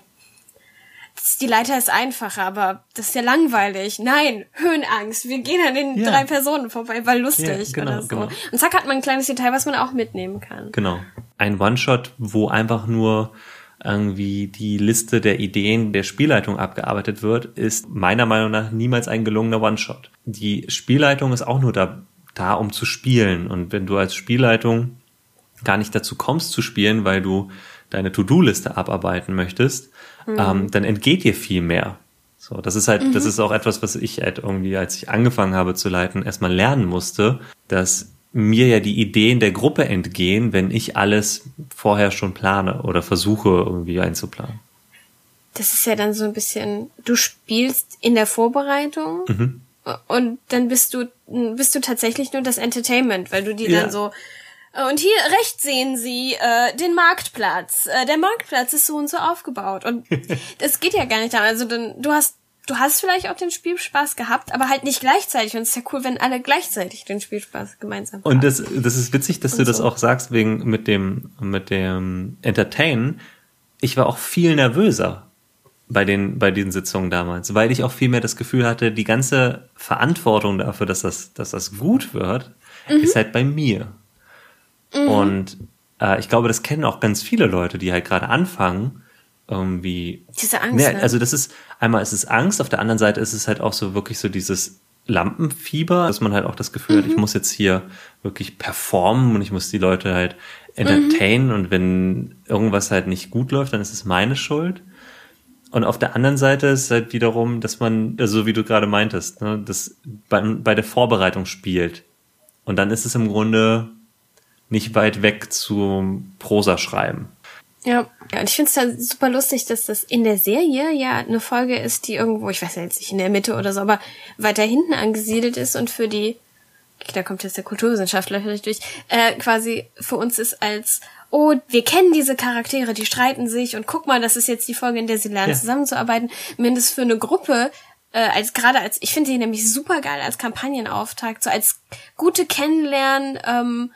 das, die Leiter ist einfacher, aber das ist ja langweilig. Nein, Höhenangst. Wir gehen an den ja. drei Personen vorbei, weil lustig ja, genau, oder so. Genau. Und zack hat man ein kleines Detail, was man auch mitnehmen kann. Genau. Ein One-Shot, wo einfach nur irgendwie die Liste der Ideen der Spielleitung abgearbeitet wird, ist meiner Meinung nach niemals ein gelungener One-Shot. Die Spielleitung ist auch nur da, da, um zu spielen. Und wenn du als Spielleitung gar nicht dazu kommst zu spielen, weil du deine To-Do-Liste abarbeiten möchtest, mhm. ähm, dann entgeht dir viel mehr. So, das ist halt, mhm. das ist auch etwas, was ich halt irgendwie, als ich angefangen habe zu leiten, erstmal lernen musste, dass mir ja die Ideen der Gruppe entgehen, wenn ich alles vorher schon plane oder versuche irgendwie einzuplanen. Das ist ja dann so ein bisschen, du spielst in der Vorbereitung mhm. und dann bist du bist du tatsächlich nur das Entertainment, weil du dir ja. dann so und hier rechts sehen Sie äh, den Marktplatz. Äh, der Marktplatz ist so und so aufgebaut und das geht ja gar nicht. Also dann du hast Du hast vielleicht auch den Spielspaß gehabt, aber halt nicht gleichzeitig. Und es ist ja cool, wenn alle gleichzeitig den Spielspaß gemeinsam haben. Und das, das ist witzig, dass und du so. das auch sagst, wegen mit dem, mit dem Entertainen. Ich war auch viel nervöser bei den, bei den Sitzungen damals, weil ich auch viel mehr das Gefühl hatte, die ganze Verantwortung dafür, dass das, dass das gut wird, mhm. ist halt bei mir. Mhm. Und äh, ich glaube, das kennen auch ganz viele Leute, die halt gerade anfangen, irgendwie. Diese Angst. Ne, ne? Also das ist, einmal ist es Angst, auf der anderen Seite ist es halt auch so wirklich so dieses Lampenfieber, dass man halt auch das Gefühl mhm. hat, ich muss jetzt hier wirklich performen und ich muss die Leute halt entertainen mhm. und wenn irgendwas halt nicht gut läuft, dann ist es meine Schuld. Und auf der anderen Seite ist halt wiederum, dass man, also wie du gerade meintest, ne, das bei, bei der Vorbereitung spielt. Und dann ist es im Grunde nicht weit weg zum Prosa-Schreiben. Ja, ja, und ich finde es dann super lustig, dass das in der Serie ja eine Folge ist, die irgendwo, ich weiß ja jetzt nicht, in der Mitte oder so, aber weiter hinten angesiedelt ist und für die, da kommt jetzt der Kulturwissenschaftler vielleicht durch, äh, quasi für uns ist als, oh, wir kennen diese Charaktere, die streiten sich und guck mal, das ist jetzt die Folge, in der sie lernen, ja. zusammenzuarbeiten. Mindestens für eine Gruppe, äh, als gerade als, ich finde die nämlich super geil als Kampagnenauftakt, so als gute Kennenlernen, ähm,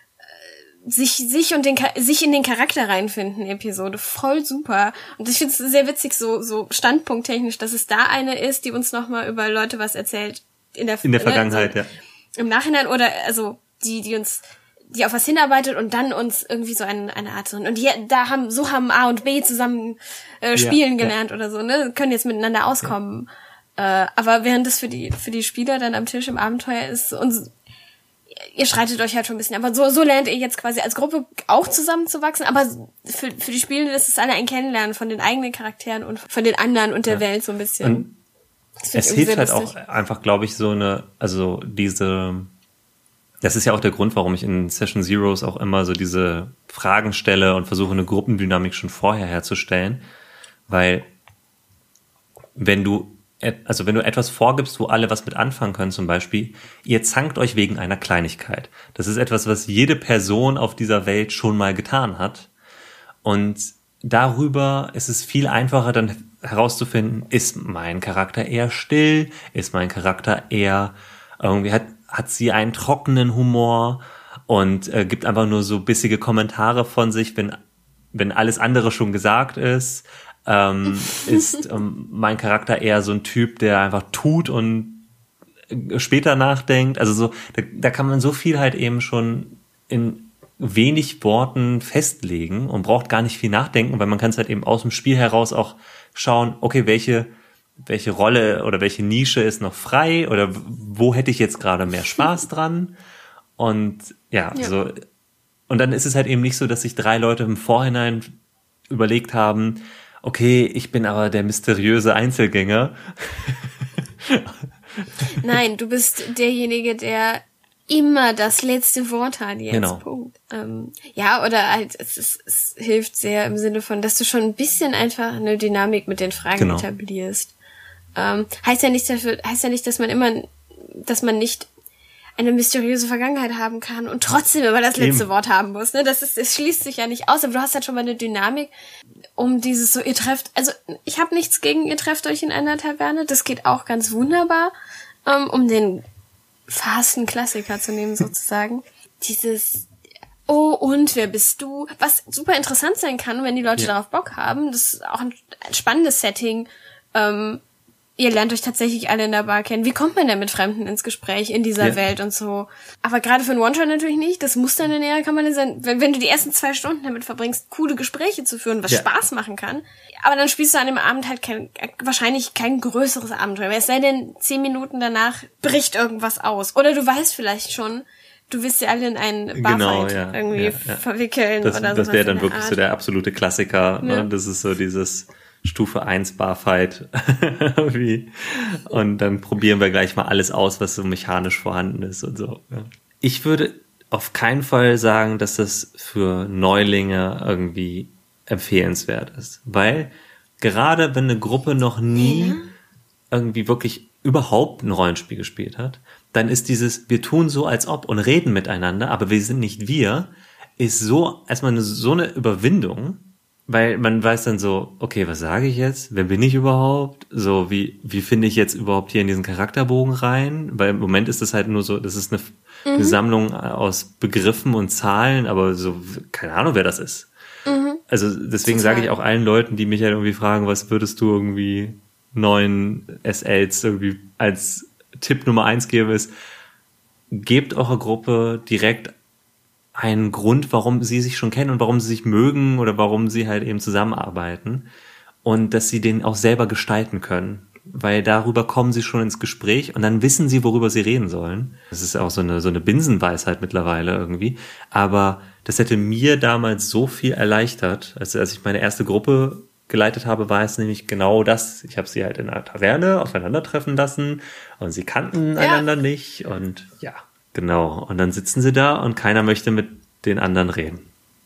sich sich und den sich in den Charakter reinfinden Episode voll super und ich finde es sehr witzig so so standpunkttechnisch, dass es da eine ist, die uns nochmal über Leute was erzählt in der in der Vergangenheit, ne, so, ja im Nachhinein oder also die die uns die auf was hinarbeitet und dann uns irgendwie so eine eine Art und hier da haben so haben A und B zusammen äh, spielen ja, gelernt ja. oder so, ne, können jetzt miteinander auskommen, ja. äh, aber während das für die für die Spieler dann am Tisch im Abenteuer ist und ihr streitet euch halt schon ein bisschen, aber so so lernt ihr jetzt quasi als Gruppe auch zusammenzuwachsen, aber für für die Spielenden ist es alle ein Kennenlernen von den eigenen Charakteren und von den anderen und der ja. Welt so ein bisschen. Und es hilft halt lustig. Auch einfach, glaube ich, so eine, also diese, das ist ja auch der Grund, warum ich in Session Zeros auch immer so diese Fragen stelle und versuche eine Gruppendynamik schon vorher herzustellen, weil wenn du Also wenn du etwas vorgibst, wo alle was mit anfangen können, zum Beispiel, ihr zankt euch wegen einer Kleinigkeit. Das ist etwas, was jede Person auf dieser Welt schon mal getan hat. Und darüber ist es viel einfacher, dann herauszufinden, ist mein Charakter eher still, ist mein Charakter eher, irgendwie hat, hat sie einen trockenen Humor und äh, gibt einfach nur so bissige Kommentare von sich, wenn, wenn alles andere schon gesagt ist. Ähm, ist ähm, mein Charakter eher so ein Typ, der einfach tut und später nachdenkt. Also so, da, da kann man so viel halt eben schon in wenig Worten festlegen und braucht gar nicht viel nachdenken, weil man kann es halt eben aus dem Spiel heraus auch schauen, okay, welche welche Rolle oder welche Nische ist noch frei oder wo hätte ich jetzt gerade mehr Spaß dran? Und ja, ja, so. Und dann ist es halt eben nicht so, dass sich drei Leute im Vorhinein überlegt haben, okay, ich bin aber der mysteriöse Einzelgänger. Nein, du bist derjenige, der immer das letzte Wort hat jetzt. Genau. Punkt. Ähm, ja, oder halt, es, ist, es hilft sehr im Sinne von, dass du schon ein bisschen einfach eine Dynamik mit den Fragen genau. etablierst. Ähm, heißt ja nicht dafür, heißt ja nicht, dass man immer, dass man nicht eine mysteriöse Vergangenheit haben kann und trotzdem immer das letzte Eben. Wort haben muss. Ne? Das ist, es schließt sich ja nicht aus, aber du hast halt schon mal eine Dynamik, um dieses so, ihr trefft, also ich habe nichts gegen, ihr trefft euch in einer Taverne, das geht auch ganz wunderbar, ähm, um den fasten Klassiker zu nehmen sozusagen. Dieses, oh und, wer bist du? Was super interessant sein kann, wenn die Leute ja. darauf Bock haben, das ist auch ein, ein spannendes Setting, ähm, ihr lernt euch tatsächlich alle in der Bar kennen. Wie kommt man denn mit Fremden ins Gespräch in dieser ja. Welt und so? Aber gerade für einen One-Shot natürlich nicht. Das muss dann in näherer Kampagne sein. Wenn, wenn du die ersten zwei Stunden damit verbringst, coole Gespräche zu führen, was ja. Spaß machen kann. Aber dann spielst du an dem Abend halt kein, wahrscheinlich kein größeres Abenteuer. Es sei denn, zehn Minuten danach bricht irgendwas aus. Oder du weißt vielleicht schon, du willst sie alle in einen Barfight genau, ja, irgendwie ja, ja. verwickeln das, oder so. Das wäre dann wirklich Art. so der absolute Klassiker. Ja. Ne? Das ist so dieses Stufe eins Barfight. Und dann probieren wir gleich mal alles aus, was so mechanisch vorhanden ist und so. Ja. Ich würde auf keinen Fall sagen, dass das für Neulinge irgendwie empfehlenswert ist. Weil gerade wenn eine Gruppe noch nie mhm. irgendwie wirklich überhaupt ein Rollenspiel gespielt hat, dann ist dieses, wir tun so als ob und reden miteinander, aber wir sind nicht wir, ist so erstmal eine, so eine Überwindung, weil man weiß dann so, okay, was sage ich jetzt? Wer bin ich überhaupt? So, wie wie finde ich jetzt überhaupt hier in diesen Charakterbogen rein? Weil im Moment ist das halt nur so, das ist eine, mhm. eine Sammlung aus Begriffen und Zahlen, aber so, keine Ahnung, wer das ist. Mhm. Also deswegen Total. sage ich auch allen Leuten, die mich halt irgendwie fragen, was würdest du irgendwie neuen S Ls irgendwie als Tipp Nummer eins geben, ist, gebt eurer Gruppe direkt einen Grund, warum sie sich schon kennen und warum sie sich mögen oder warum sie halt eben zusammenarbeiten und dass sie den auch selber gestalten können, weil darüber kommen sie schon ins Gespräch und dann wissen sie, worüber sie reden sollen. Das ist auch so eine so eine Binsenweisheit mittlerweile irgendwie, aber das hätte mir damals so viel erleichtert, als, als ich meine erste Gruppe geleitet habe, war es nämlich genau das. Ich habe sie halt in einer Taverne aufeinandertreffen lassen und sie kannten ja. einander nicht und ja, genau. Und dann sitzen sie da und keiner möchte mit den anderen reden.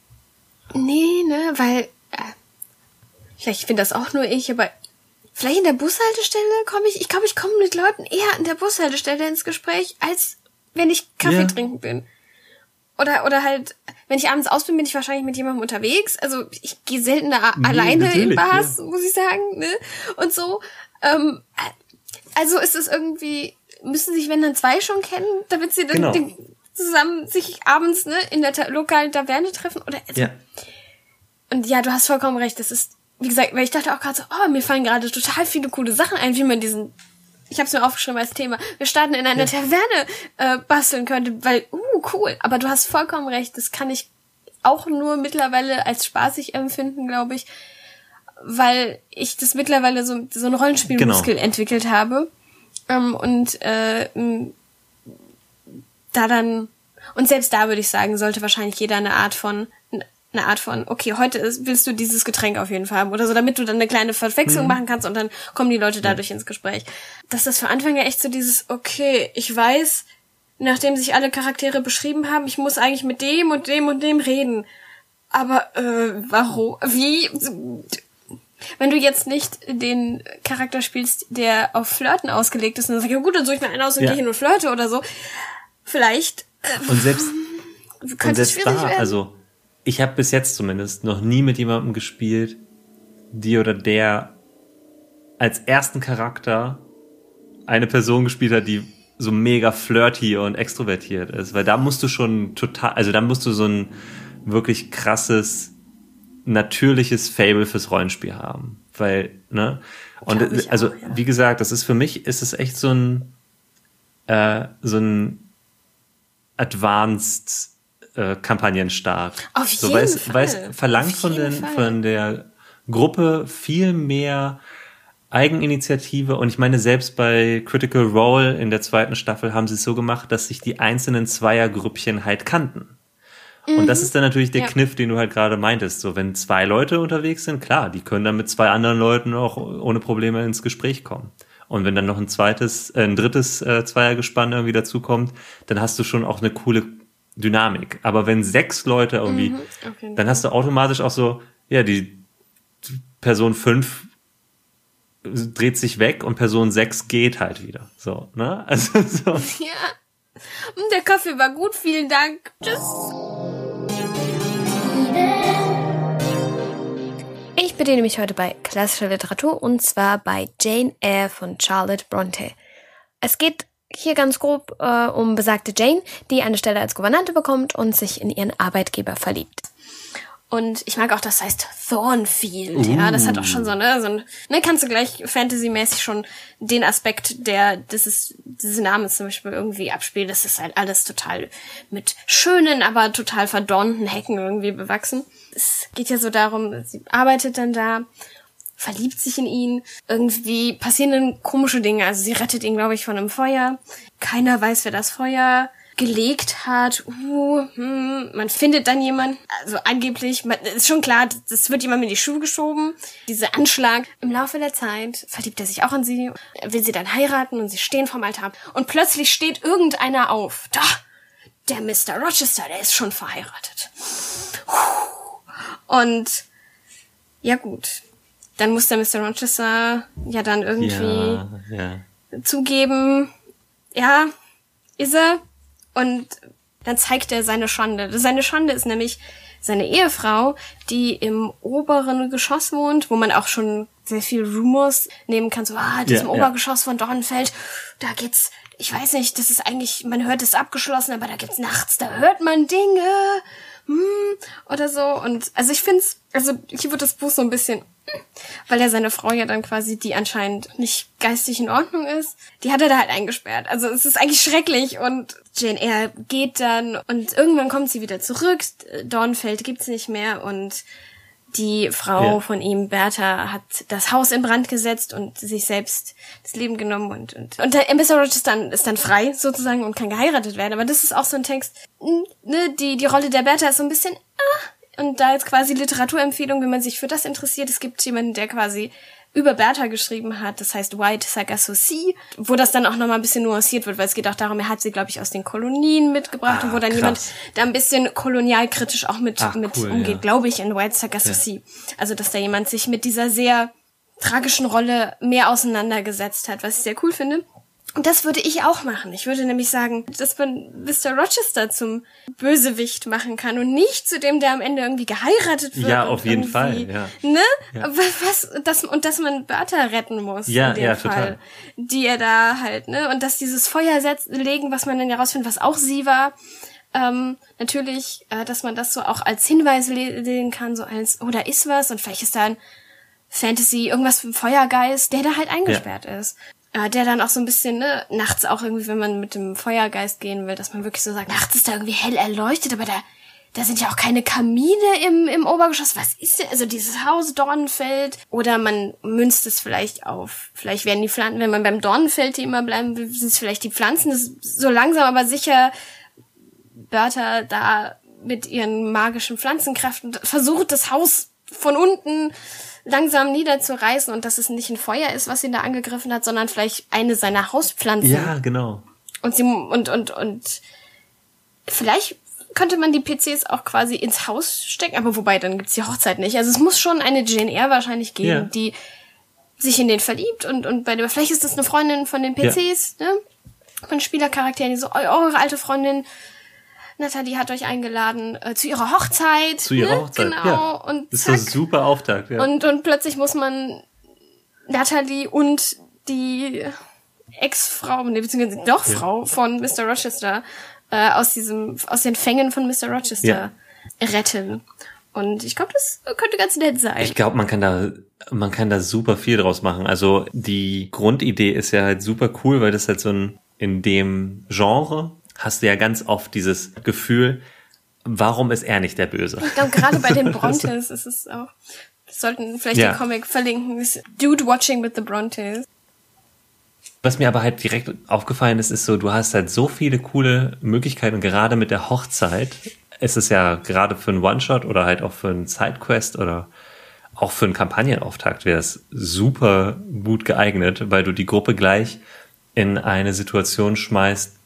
Nee, ne, weil äh, vielleicht bin das auch nur ich, aber vielleicht in der Bushaltestelle komme ich, ich glaube, ich komme mit Leuten eher an der Bushaltestelle ins Gespräch, als wenn ich Kaffee ja. trinken bin. Oder oder halt, wenn ich abends aus bin, bin ich wahrscheinlich mit jemandem unterwegs. Also ich gehe seltener nee, alleine in Bars, ja. muss ich sagen, ne? Und so. Ähm, also ist es irgendwie, müssen sich, wenn dann zwei schon kennen, damit sie dann genau. den, zusammen sich abends ne in der ta- lokalen Taverne treffen. Oder also, ja. Und ja, du hast vollkommen recht. Das ist, wie gesagt, weil ich dachte auch gerade so, oh, mir fallen gerade total viele coole Sachen ein, wie man diesen ich habe es mir aufgeschrieben als Thema, wir starten in einer ja. Taverne äh, basteln könnte, weil, uh, cool. Aber du hast vollkommen recht, das kann ich auch nur mittlerweile als spaßig empfinden, glaube ich, weil ich das mittlerweile so, so einen Rollenspielmuskel genau. entwickelt habe. Ähm, und äh, da dann, und selbst da würde ich sagen, sollte wahrscheinlich jeder eine Art von eine Art von, okay, heute ist, willst du dieses Getränk auf jeden Fall haben oder so, damit du dann eine kleine Verwechslung mhm. machen kannst und dann kommen die Leute dadurch ja. ins Gespräch. Dass das für Anfänger echt so dieses, okay, ich weiß, nachdem sich alle Charaktere beschrieben haben, ich muss eigentlich mit dem und dem und dem reden. Aber, äh, warum? Wie? Wenn du jetzt nicht den Charakter spielst, der auf Flirten ausgelegt ist und dann sagst, ja gut, dann suche ich mir einen aus und ja. gehe hin und flirte oder so. Vielleicht, äh, und selbst, könnte und selbst schwierig da, werden. Also, ich habe bis jetzt zumindest noch nie mit jemandem gespielt, die oder der als ersten Charakter eine Person gespielt hat, die so mega flirty und extrovertiert ist. Weil da musst du schon total, also da musst du so ein wirklich krasses, natürliches Fable fürs Rollenspiel haben. Weil, ne? Und also, auch, ja. wie gesagt, das ist für mich, ist es echt so ein, äh, so ein Advanced Äh, Kampagnenstart. Auf so, jeden weil es, Fall. Weil es verlangt von, den, von der Gruppe viel mehr Eigeninitiative und ich meine, selbst bei Critical Role in der zweiten Staffel haben sie es so gemacht, dass sich die einzelnen Zweiergrüppchen halt kannten. Mhm. Und das ist dann natürlich der ja. Kniff, den du halt gerade meintest. So, wenn zwei Leute unterwegs sind, klar, die können dann mit zwei anderen Leuten auch ohne Probleme ins Gespräch kommen. Und wenn dann noch ein zweites, äh, ein drittes äh, Zweiergespann irgendwie dazukommt, dann hast du schon auch eine coole Dynamik. Aber wenn sechs Leute irgendwie, mhm, okay, dann hast du automatisch auch so, ja, die Person fünf dreht sich weg und Person sechs geht halt wieder. So, ne? Also so. Ja. Der Kaffee war gut, vielen Dank. Tschüss. Ich bediene mich heute bei klassischer Literatur und zwar bei Jane Eyre von Charlotte Bronte. Es geht hier ganz grob äh, um besagte Jane, die eine Stelle als Gouvernante bekommt und sich in ihren Arbeitgeber verliebt. Und ich mag auch, das heißt Thornfield, uh. ja, das hat auch schon so, ne, so ein, ne, kannst du gleich fantasymäßig schon den Aspekt, der, das ist, diese Namens zum Beispiel irgendwie abspielt, das ist halt alles total mit schönen, aber total verdornten Hecken irgendwie bewachsen. Es geht ja so darum, sie arbeitet dann da, verliebt sich in ihn, irgendwie passieren dann komische Dinge, also sie rettet ihn, glaube ich, von einem Feuer, keiner weiß, wer das Feuer gelegt hat, uh, hm, man findet dann jemanden, also angeblich, man, ist schon klar, das wird jemand in die Schuhe geschoben, dieser Anschlag. Im Laufe der Zeit verliebt er sich auch in sie, will sie dann heiraten und sie stehen vorm Altar und plötzlich steht irgendeiner auf. Da, der Mister Rochester, der ist schon verheiratet. Und ja gut, dann muss der Mister Rochester ja dann irgendwie ja, ja. zugeben, ja, ist er. Und dann zeigt er seine Schande. Seine Schande ist nämlich seine Ehefrau, die im oberen Geschoss wohnt, wo man auch schon sehr viel Rumors nehmen kann. So, ah, diesem ja, Obergeschoss ja. von Dornfeld, da geht's, ich weiß nicht, das ist eigentlich, man hört es abgeschlossen, aber da gibt's nachts, da hört man Dinge, hm, oder so. Und also ich find's, also hier wird das Buch so ein bisschen, weil er seine Frau ja dann quasi, die anscheinend nicht geistig in Ordnung ist, die hat er da halt eingesperrt. Also es ist eigentlich schrecklich und Jane Eyre geht dann und irgendwann kommt sie wieder zurück, Dornfeld gibt's nicht mehr und die Frau ja. von ihm, Bertha, hat das Haus in Brand gesetzt und sich selbst das Leben genommen und und, und der Mister Rochester ist dann frei sozusagen und kann geheiratet werden. Aber das ist auch so ein Text, ne, die die Rolle der Bertha ist so ein bisschen, ah, und da jetzt quasi Literaturempfehlung, wenn man sich für das interessiert, es gibt jemanden, der quasi über Bertha geschrieben hat, das heißt White Sagacity, wo das dann auch nochmal ein bisschen nuanciert wird, weil es geht auch darum, er hat sie, glaube ich, aus den Kolonien mitgebracht ah, und wo dann krass. jemand da ein bisschen kolonialkritisch auch mit, Ach, mit cool, umgeht, ja. glaube ich, in White Sagacity. Ja. Also, dass da jemand sich mit dieser sehr tragischen Rolle mehr auseinandergesetzt hat, was ich sehr cool finde. Und das würde ich auch machen. Ich würde nämlich sagen, dass man Mister Rochester zum Bösewicht machen kann und nicht zu dem, der am Ende irgendwie geheiratet wird. Ja, auf jeden Fall. Ja. Ne? Ja. Was, das, und dass man Bertha retten muss. Ja, in dem ja, Fall, total. Die er da halt, ne? Und dass dieses Feuer setz, legen, was man dann ja rausfindet, was auch sie war. Ähm, natürlich, äh, dass man das so auch als Hinweis lesen kann, so als, oh, da ist was und vielleicht ist da ein Fantasy, irgendwas für einen Feuergeist, der da halt eingesperrt ja. ist. Der dann auch so ein bisschen, ne, nachts auch irgendwie, wenn man mit dem Feuergeist gehen will, dass man wirklich so sagt, nachts ist da irgendwie hell erleuchtet, aber da, da sind ja auch keine Kamine im, im Obergeschoss. Was ist denn, also dieses Haus Dornfeld? Oder man münzt es vielleicht auf, vielleicht werden die Pflanzen, wenn man beim Dornfeld-Thema bleiben will, sind es vielleicht die Pflanzen, das ist so langsam, aber sicher Bertha da mit ihren magischen Pflanzenkräften versucht, das Haus von unten langsam niederzureißen und dass es nicht ein Feuer ist, was ihn da angegriffen hat, sondern vielleicht eine seiner Hauspflanzen. Ja, genau. Und sie und und und vielleicht könnte man die P Cs auch quasi ins Haus stecken, aber wobei, dann gibt's die Hochzeit nicht. Also es muss schon eine Jane Eyre wahrscheinlich geben, ja. die sich in den verliebt und und bei der, vielleicht ist das eine Freundin von den P Cs, ja. ne? Von Spielercharakteren, die so, eure alte Freundin Nathalie hat euch eingeladen äh, zu ihrer Hochzeit. Zu ihrer ne? Hochzeit, genau. ja. Und das zack. ist so super Auftakt, ja. Und, und plötzlich muss man Nathalie und die Ex-Frau, ne, beziehungsweise doch ja. Frau von Mister Rochester äh, aus diesem, aus den Fängen von Mister Rochester ja. retten. Und ich glaube, das könnte ganz nett sein. Ich glaube, man kann da, man kann da super viel draus machen. Also die Grundidee ist ja halt super cool, weil das halt so ein, in dem Genre hast du ja ganz oft dieses Gefühl, warum ist er nicht der Böse? Ich glaube, gerade bei den Brontes ist es auch, Wir sollten vielleicht ja. den Comic verlinken. Das ist Dude Watching with the Brontes. Was mir aber halt direkt aufgefallen ist, ist so, du hast halt so viele coole Möglichkeiten, und gerade mit der Hochzeit ist es ja gerade für einen One-Shot oder halt auch für einen Sidequest oder auch für einen Kampagnenauftakt wäre es super gut geeignet, weil du die Gruppe gleich in eine Situation schmeißt,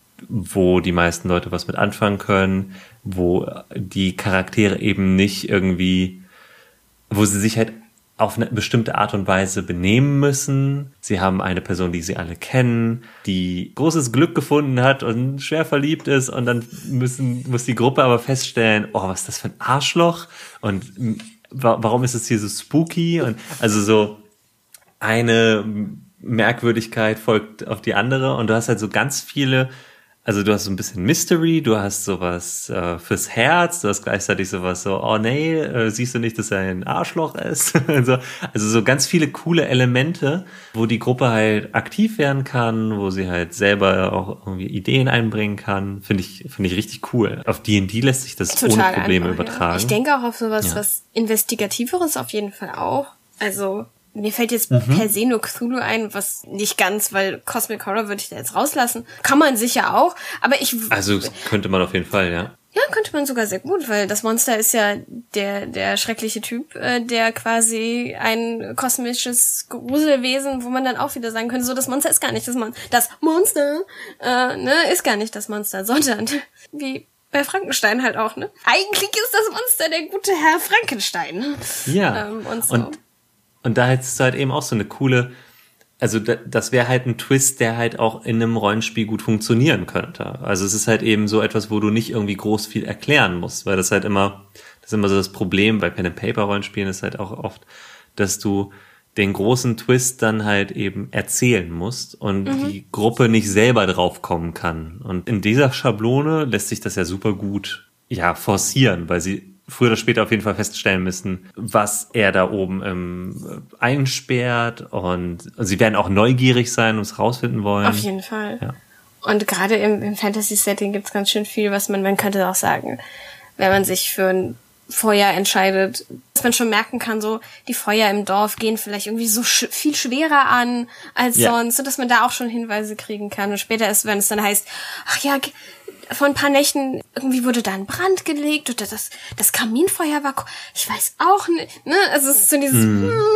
wo die meisten Leute was mit anfangen können, wo die Charaktere eben nicht irgendwie, wo sie sich halt auf eine bestimmte Art und Weise benehmen müssen. Sie haben eine Person, die sie alle kennen, die großes Glück gefunden hat und schwer verliebt ist, und dann müssen, muss die Gruppe aber feststellen, oh, was ist das für ein Arschloch und warum ist es hier so spooky? Und also so eine Merkwürdigkeit folgt auf die andere, und du hast halt so ganz viele, also du hast so ein bisschen Mystery, du hast sowas äh, fürs Herz, du hast gleichzeitig sowas so, oh nee, äh, siehst du nicht, dass er ein Arschloch ist? also, also so ganz viele coole Elemente, wo die Gruppe halt aktiv werden kann, wo sie halt selber auch irgendwie Ideen einbringen kann, finde ich finde ich richtig cool. Auf D und D lässt sich das Total ohne Probleme einfach, übertragen. Ja. Ich denke auch auf sowas, ja. was Investigativeres auf jeden Fall auch. Also mir fällt jetzt mhm. per se nur Cthulhu ein, was nicht ganz, weil Cosmic Horror würde ich da jetzt rauslassen. Kann man sicher auch, aber ich... Also könnte man auf jeden Fall, ja. Ja, könnte man sogar sehr gut, weil das Monster ist ja der der schreckliche Typ, äh, der quasi ein kosmisches Gruselwesen, wo man dann auch wieder sagen könnte, so das Monster ist gar nicht das Monster. Das Monster äh, ne, ist gar nicht das Monster, sondern wie bei Frankenstein halt auch, ne? Eigentlich ist das Monster der gute Herr Frankenstein. Ja, ähm, und so. Und Und da hättest du halt eben auch so eine coole, also das wäre halt ein Twist, der halt auch in einem Rollenspiel gut funktionieren könnte. Also es ist halt eben so etwas, wo du nicht irgendwie groß viel erklären musst, weil das halt immer, das ist immer so das Problem bei Pen-and-Paper-Rollenspielen ist halt auch oft, dass du den großen Twist dann halt eben erzählen musst und mhm. die Gruppe nicht selber drauf kommen kann. Und in dieser Schablone lässt sich das ja super gut, ja, forcieren, weil sie früher oder später auf jeden Fall feststellen müssen, was er da oben ähm, einsperrt, und sie werden auch neugierig sein und es rausfinden wollen. Auf jeden Fall. Ja. Und gerade im, im Fantasy-Setting gibt's ganz schön viel, was man, man könnte auch sagen, wenn man sich für ein Feuer entscheidet, dass man schon merken kann, so die Feuer im Dorf gehen vielleicht irgendwie so sch- viel schwerer an als ja. sonst, so dass man da auch schon Hinweise kriegen kann. Und später ist, wenn es dann heißt, ach ja, vor ein paar Nächten irgendwie wurde da ein Brand gelegt oder das das Kaminfeuer war, ich weiß auch nicht, ne? Also es ist so dieses, mm. hm,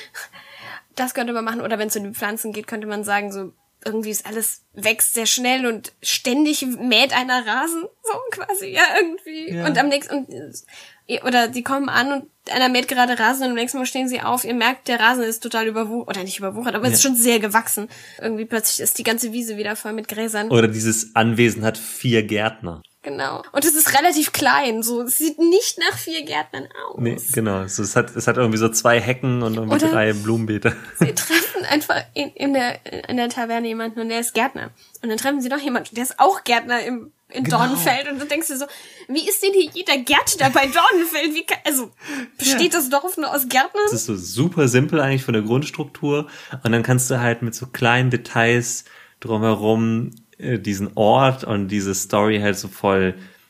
das könnte man machen. Oder wenn es um die Pflanzen geht, könnte man sagen, so irgendwie ist alles, wächst sehr schnell und ständig mäht einer Rasen, so quasi, ja, irgendwie. Ja. Und am nächsten, und, oder die kommen an und einer mäht gerade Rasen und am nächsten Mal stehen sie auf, ihr merkt, der Rasen ist total überwuchert, oder nicht überwuchert, aber ja. es ist schon sehr gewachsen. Irgendwie plötzlich ist die ganze Wiese wieder voll mit Gräsern. Oder dieses Anwesen hat vier Gärtner. Genau. Und es ist relativ klein, so. Es sieht nicht nach vier Gärtnern aus. Nee, genau. Also es hat, es hat irgendwie so zwei Hecken und irgendwie Oder drei Blumenbeete. Sie treffen einfach in, in der, in der Taverne jemanden und der ist Gärtner. Und dann treffen sie noch jemanden, der ist auch Gärtner im, in genau. Dornfeld. Und du denkst dir so, wie ist denn hier jeder Gärtner bei Dornfeld? Wie kann, also, besteht ja. das Dorf nur aus Gärtnern? Das ist so super simpel eigentlich von der Grundstruktur. Und dann kannst du halt mit so kleinen Details drumherum diesen Ort und diese Story halt so voll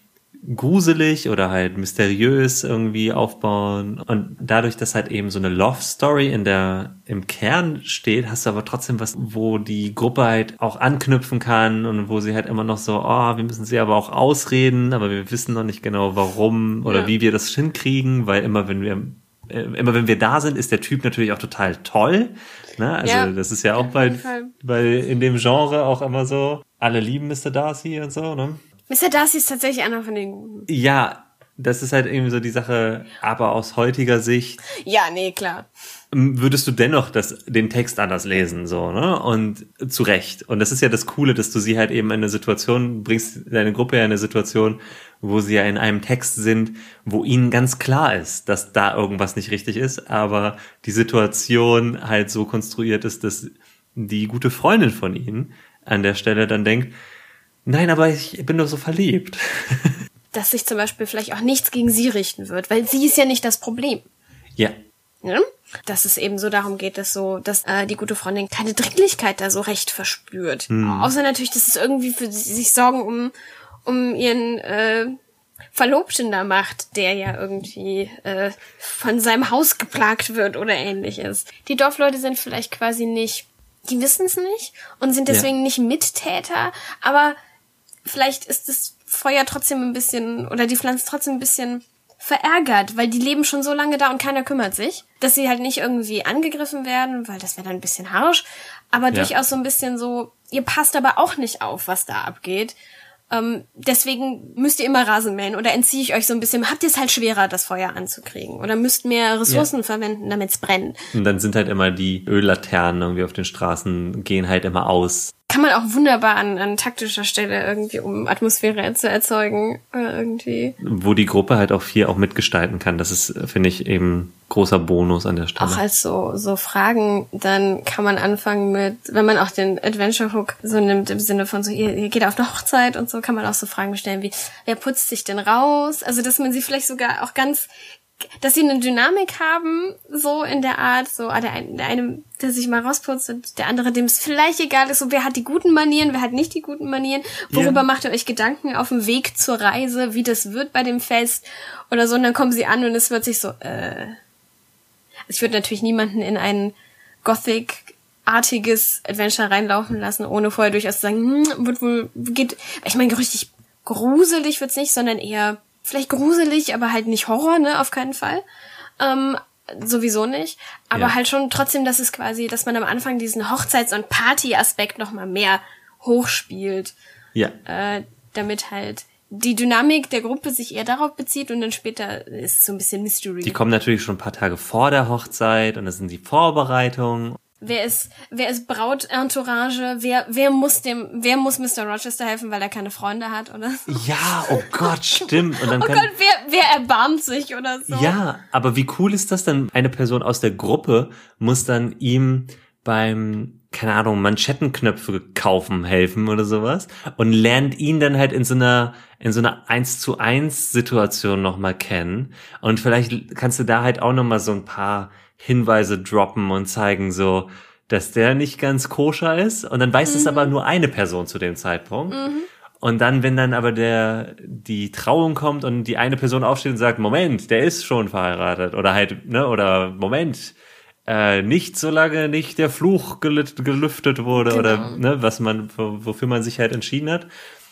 gruselig oder halt mysteriös irgendwie aufbauen, und dadurch, dass halt eben so eine Love-Story in der im Kern steht, hast du aber trotzdem was, wo die Gruppe halt auch anknüpfen kann und wo sie halt immer noch so, oh, wir müssen sie aber auch ausreden, aber wir wissen noch nicht genau warum oder ja. wie wir das hinkriegen, weil immer wenn wir immer wenn wir da sind, ist der Typ natürlich auch total toll. Ne? Also ja, das ist ja auch bei, bei in dem Genre auch immer so, alle lieben Mister Darcy und so, ne? Mister Darcy ist tatsächlich einer von den Guten. Ja, das ist halt irgendwie so die Sache, aber aus heutiger Sicht. Ja, nee, klar. Würdest du dennoch das, den Text anders lesen, so, ne? Und zu Recht. Und das ist ja das Coole, dass du sie halt eben in eine Situation, bringst deine Gruppe ja in eine Situation, wo sie ja in einem Text sind, wo ihnen ganz klar ist, dass da irgendwas nicht richtig ist, aber die Situation halt so konstruiert ist, dass die gute Freundin von ihnen an der Stelle dann denkt, nein, aber ich bin doch so verliebt. Dass sich zum Beispiel vielleicht auch nichts gegen sie richten wird, weil sie ist ja nicht das Problem. Ja. Ja? Dass es eben so darum geht, dass so, dass äh, die gute Freundin keine Dringlichkeit da so recht verspürt. Hm. Außer natürlich, dass es irgendwie für sie sich Sorgen um um ihren äh, Verlobten da macht, der ja irgendwie äh, von seinem Haus geplagt wird oder ähnliches. Die Dorfleute sind vielleicht quasi nicht, die wissen es nicht und sind deswegen ja. nicht Mittäter, aber vielleicht ist das Feuer trotzdem ein bisschen, oder die Pflanze trotzdem ein bisschen verärgert, weil die leben schon so lange da und keiner kümmert sich, dass sie halt nicht irgendwie angegriffen werden, weil das wäre dann ein bisschen harsch, aber ja. durchaus so ein bisschen so, ihr passt aber auch nicht auf, was da abgeht. Ähm, deswegen müsst ihr immer Rasen mähen oder entziehe ich euch so ein bisschen, habt ihr es halt schwerer, das Feuer anzukriegen oder müsst mehr Ressourcen ja. verwenden, damit es brennt. Und dann sind halt immer die Öllaternen irgendwie auf den Straßen, gehen halt immer aus. Kann man auch wunderbar an, an taktischer Stelle irgendwie, um Atmosphäre zu erzeugen, äh, irgendwie. Wo die Gruppe halt auch viel auch mitgestalten kann. Das ist, finde ich, eben großer Bonus an der Stelle. Auch als so, so Fragen, dann kann man anfangen mit, wenn man auch den Adventure Hook so nimmt, im Sinne von so, ihr, ihr geht auf eine Hochzeit und so, kann man auch so Fragen stellen wie, wer putzt sich denn raus? Also, dass man sie vielleicht sogar auch ganz, dass sie eine Dynamik haben, so in der Art, so, ah, der eine, der eine, der sich mal rausputzt und der andere, dem es vielleicht egal ist, so, wer hat die guten Manieren, wer hat nicht die guten Manieren, worüber yeah. macht ihr euch Gedanken auf dem Weg zur Reise, wie das wird bei dem Fest oder so, und dann kommen sie an und es wird sich so, äh, ich würde natürlich niemanden in ein Gothic-artiges Adventure reinlaufen lassen, ohne vorher durchaus zu sagen, hm, wird wohl, geht, ich meine, richtig gruselig wird's nicht, sondern eher vielleicht gruselig, aber halt nicht Horror, ne, auf keinen Fall. Ähm, sowieso nicht. Aber ja. halt schon trotzdem, dass es quasi, dass man am Anfang diesen Hochzeits- und Party-Aspekt noch mal mehr hochspielt. Ja. Äh, damit halt die Dynamik der Gruppe sich eher darauf bezieht und dann später ist es so ein bisschen Mystery. Die kommen natürlich schon ein paar Tage vor der Hochzeit und das sind die Vorbereitungen. Wer ist, wer ist Brautentourage? Wer, wer muss dem, wer muss Mister Rochester helfen, weil er keine Freunde hat oder so? Ja, oh Gott, stimmt. Und dann oh kann, Gott, wer, wer erbarmt sich oder so? Ja, aber wie cool ist das dann? Eine Person aus der Gruppe muss dann ihm beim, keine Ahnung, Manschettenknöpfe kaufen helfen oder sowas und lernt ihn dann halt in so einer, in so einer eins zu eins Situation nochmal kennen. Und vielleicht kannst du da halt auch nochmal so ein paar Hinweise droppen und zeigen so, dass der nicht ganz koscher ist. Und dann weiß mhm. es aber nur eine Person zu dem Zeitpunkt. Mhm. Und dann, wenn dann aber der, die Trauung kommt und die eine Person aufsteht und sagt, Moment, der ist schon verheiratet. Oder halt, ne, oder Moment, äh, nicht so lange nicht der Fluch gelüt, gelüftet wurde genau. oder, ne, was man, wofür man sich halt entschieden hat.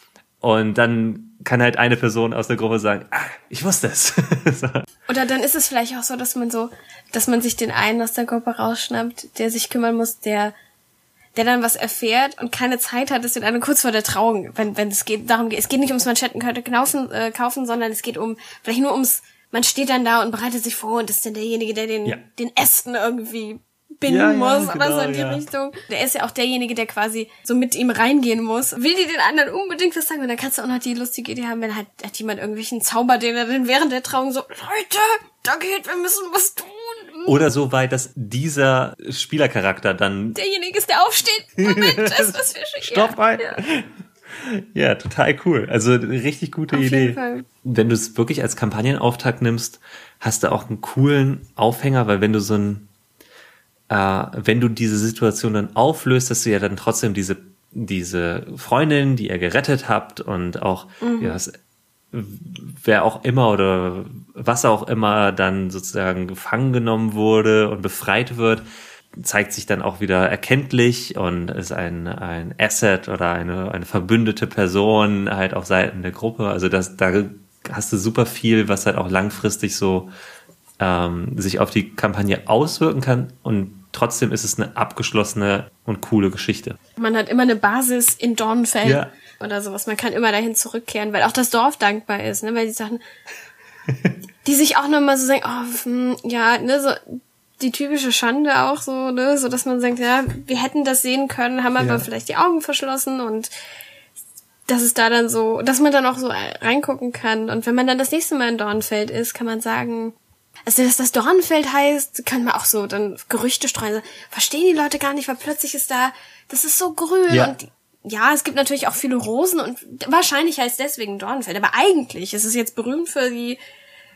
Und dann kann halt eine Person aus der Gruppe sagen, ah, ich wusste es. So. Oder dann ist es vielleicht auch so, dass man so, dass man sich den einen aus der Gruppe rausschnappt, der sich kümmern muss, der, der dann was erfährt und keine Zeit hat, ist den einen kurz vor der Trauung, wenn, wenn es geht, darum geht, es geht nicht ums Manschettenkaufen, äh, kaufen, sondern es geht um, vielleicht nur ums, man steht dann da und bereitet sich vor und ist dann derjenige, der den, ja. den Ästen irgendwie binden ja, muss, ja, genau, aber so in die ja. Richtung. Der ist ja auch derjenige, der quasi so mit ihm reingehen muss. Will die den anderen unbedingt was sagen? Und dann kannst du auch noch die lustige Idee haben, wenn halt hat jemand irgendwelchen Zauber, den er dann während der Trauung so, Leute, da geht, wir müssen was tun. Oder so weit, dass dieser Spielercharakter dann derjenige ist, der aufsteht. Moment, das ist was für schick. Stopp rein. Ja. Ja, total cool. Also richtig gute Auf Idee. Jeden Fall. Wenn du es wirklich als Kampagnenauftakt nimmst, hast du auch einen coolen Aufhänger, weil wenn du so ein Äh, wenn du diese Situation dann auflöst, dass du ja dann trotzdem diese diese Freundin, die ihr gerettet habt und auch mhm. ja, wer auch immer oder was auch immer dann sozusagen gefangen genommen wurde und befreit wird, zeigt sich dann auch wieder erkenntlich und ist ein ein Asset oder eine eine verbündete Person halt auf Seiten der Gruppe. Also das da hast du super viel, was halt auch langfristig so ähm, sich auf die Kampagne auswirken kann und trotzdem ist es eine abgeschlossene und coole Geschichte. Man hat immer eine Basis in Dornfeld ja. oder sowas. Man kann immer dahin zurückkehren, weil auch das Dorf dankbar ist, ne, weil die Sachen, die sich auch nochmal so sagen, oh, hm, ja, ne, so die typische Schande auch so, ne, so dass man sagt, ja, wir hätten das sehen können, haben aber ja. vielleicht die Augen verschlossen und dass es da dann so, dass man dann auch so reingucken kann und wenn man dann das nächste Mal in Dornfeld ist, kann man sagen, also, dass das Dornfeld heißt, kann man auch so dann Gerüchte streuen. Verstehen die Leute gar nicht, weil plötzlich ist da, das ist so grün. Ja. Und ja, es gibt natürlich auch viele Rosen und wahrscheinlich heißt deswegen Dornfeld. Aber eigentlich ist es jetzt berühmt für die,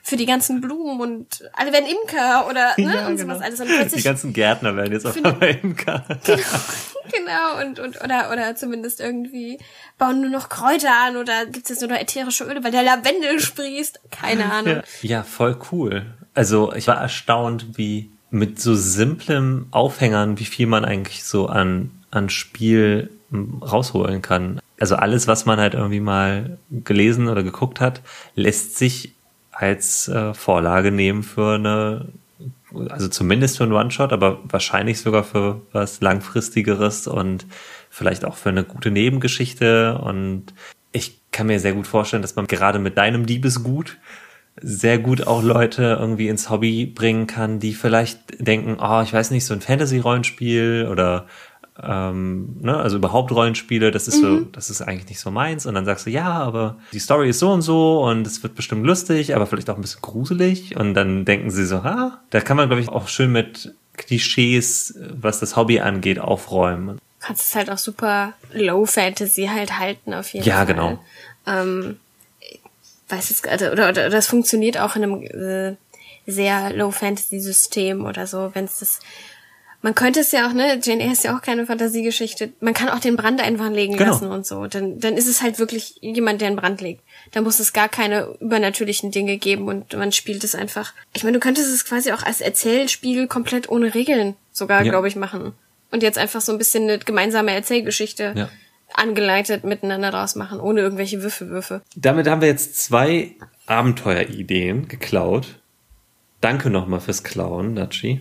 für die ganzen Blumen und alle werden Imker oder ne, ja, und genau. sowas alles. Und plötzlich, die ganzen Gärtner werden jetzt auf einmal Imker. Genau, genau und, und oder oder zumindest irgendwie bauen nur noch Kräuter an oder gibt es jetzt nur noch ätherische Öle, weil der Lavendel sprießt. Keine Ahnung. Ja, ja, voll cool. Also ich war erstaunt, wie mit so simplem Aufhängern, wie viel man eigentlich so an, an Spiel rausholen kann. Also alles, was man halt irgendwie mal gelesen oder geguckt hat, lässt sich als äh, Vorlage nehmen für eine, also zumindest für einen One-Shot, aber wahrscheinlich sogar für was Langfristigeres und vielleicht auch für eine gute Nebengeschichte. Und ich kann mir sehr gut vorstellen, dass man gerade mit deinem Diebesgut sehr gut auch Leute irgendwie ins Hobby bringen kann, die vielleicht denken, oh, ich weiß nicht, so ein Fantasy-Rollenspiel oder ähm, ne, also überhaupt Rollenspiele, das ist mhm. so, das ist eigentlich nicht so meins. Und dann sagst du, ja, aber die Story ist so und so und es wird bestimmt lustig, aber vielleicht auch ein bisschen gruselig. Und dann denken sie so, ah, da kann man, glaube ich, auch schön mit Klischees, was das Hobby angeht, aufräumen. Du kannst es halt auch super Low-Fantasy halt halten, auf jeden ja, Fall. Ja, genau. Ähm, weiß es, oder, oder, oder das funktioniert auch in einem äh, sehr Low-Fantasy-System oder so, wenn es das. Man könnte es ja auch, ne, Jane Eyre ist ja auch keine Fantasiegeschichte. Man kann auch den Brand einfach legen genau. lassen und so. Dann, dann ist es halt wirklich jemand, der einen Brand legt. Da muss es gar keine übernatürlichen Dinge geben und man spielt es einfach. Ich meine, du könntest es quasi auch als Erzählspiel komplett ohne Regeln sogar, ja. glaube ich, machen. Und jetzt einfach so ein bisschen eine gemeinsame Erzählgeschichte ja. angeleitet miteinander draus machen, ohne irgendwelche Würfelwürfe. Damit haben wir jetzt zwei Abenteuerideen geklaut. Danke nochmal fürs Klauen, Natschi.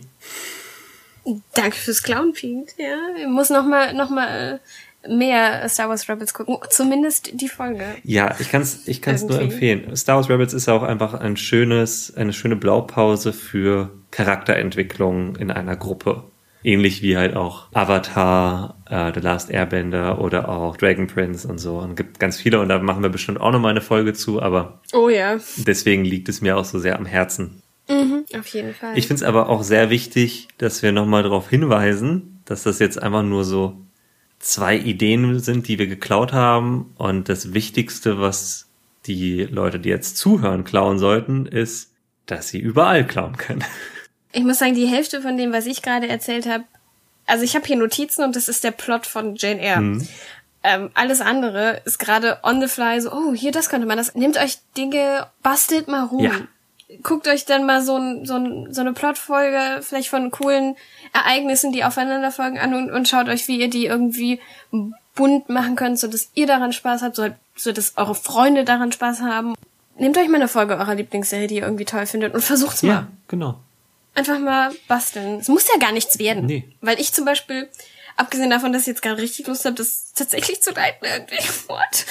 Danke fürs Klauen, Pete. Ja, ich muss noch mal, noch mal mehr Star Wars Rebels gucken. Zumindest die Folge. Ja, ich kann's, ich kann's nur empfehlen. Star Wars Rebels ist auch einfach ein schönes, eine schöne Blaupause für Charakterentwicklung in einer Gruppe. Ähnlich wie halt auch Avatar, äh, The Last Airbender oder auch Dragon Prince und so. Und gibt ganz viele und da machen wir bestimmt auch noch mal eine Folge zu, aber oh ja. Deswegen liegt es mir auch so sehr am Herzen. Mhm, auf jeden Fall. Ich finde es aber auch sehr wichtig, dass wir nochmal darauf hinweisen, dass das jetzt einfach nur so zwei Ideen sind, die wir geklaut haben. Und das Wichtigste, was die Leute, die jetzt zuhören, klauen sollten, ist, dass sie überall klauen können. Ich muss sagen, die Hälfte von dem, was ich gerade erzählt habe, also ich habe hier Notizen und das ist der Plot von Jane Eyre. Mhm. Ähm, alles andere ist gerade on the fly, so, oh, hier, das könnte man, das, nehmt euch Dinge, bastelt mal rum. Ja. Guckt euch dann mal so, ein, so, ein, so eine Plotfolge vielleicht von coolen Ereignissen, die aufeinander folgen, an und, und schaut euch, wie ihr die irgendwie bunt machen könnt, so dass ihr daran Spaß habt, so, so dass eure Freunde daran Spaß haben. Nehmt euch mal eine Folge eurer Lieblingsserie, die ihr irgendwie toll findet und versucht's mal. Ja, genau. Einfach mal basteln. Es muss ja gar nichts werden. Nee. Weil ich zum Beispiel, abgesehen davon, dass ich jetzt gerade richtig Lust habe, das tatsächlich zu leiten irgendwie. What?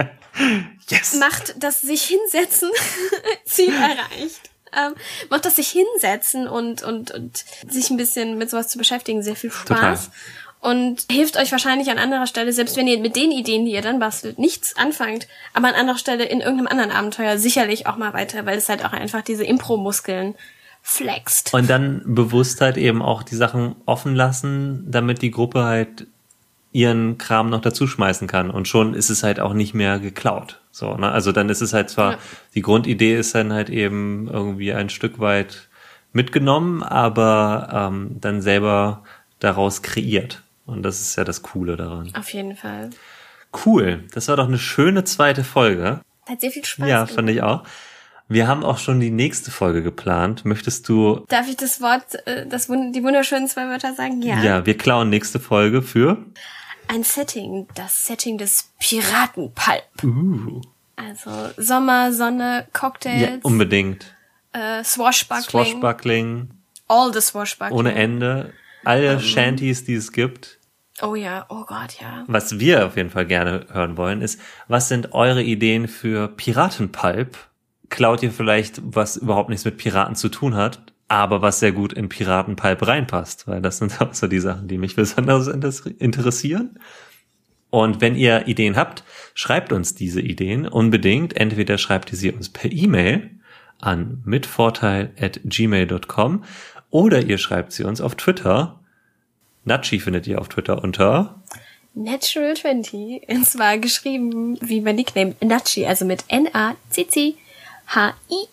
Yes. Macht das sich hinsetzen Ziel erreicht. Ähm, macht das sich hinsetzen und, und, und sich ein bisschen mit sowas zu beschäftigen sehr viel Spaß. Total. Und hilft euch wahrscheinlich an anderer Stelle, selbst wenn ihr mit den Ideen, die ihr dann bastelt, nichts anfangt, aber an anderer Stelle in irgendeinem anderen Abenteuer sicherlich auch mal weiter, weil es halt auch einfach diese Impro-Muskeln flext. Und dann bewusst halt eben auch die Sachen offen lassen, damit die Gruppe halt ihren Kram noch dazu schmeißen kann. Und schon ist es halt auch nicht mehr geklaut. So, ne? Also dann ist es halt zwar, ja. die Grundidee ist dann halt eben irgendwie ein Stück weit mitgenommen, aber ähm, dann selber daraus kreiert. Und das ist ja das Coole daran. Auf jeden Fall. Cool. Das war doch eine schöne zweite Folge. Hat sehr viel Spaß Ja, gemacht. fand ich auch. Wir haben auch schon die nächste Folge geplant. Möchtest du... Darf ich das Wort, das, die wunderschönen zwei Wörter sagen? Ja. Ja, wir klauen nächste Folge für... Ein Setting, das Setting des Piratenpulp. Uh. Also Sommer, Sonne, Cocktails. Ja, unbedingt. Äh, Swashbuckling. Swashbuckling. All the Swashbuckling. Ohne Ende. Alle um. Shanties, die es gibt. Oh ja, oh Gott, ja. Was wir auf jeden Fall gerne hören wollen, ist, was sind eure Ideen für Piratenpulp? Klaut ihr vielleicht, was überhaupt nichts mit Piraten zu tun hat, aber was sehr gut in Piratenpulp reinpasst, weil das sind auch so die Sachen, die mich besonders interessieren. Und wenn ihr Ideen habt, schreibt uns diese Ideen unbedingt. Entweder schreibt ihr sie uns per E-Mail an mitvorteil at gmail dot com oder ihr schreibt sie uns auf Twitter. Natschi findet ihr auf Twitter unter Natural zwanzig, und zwar geschrieben wie mein Nickname Natschi, also mit N A C C H I.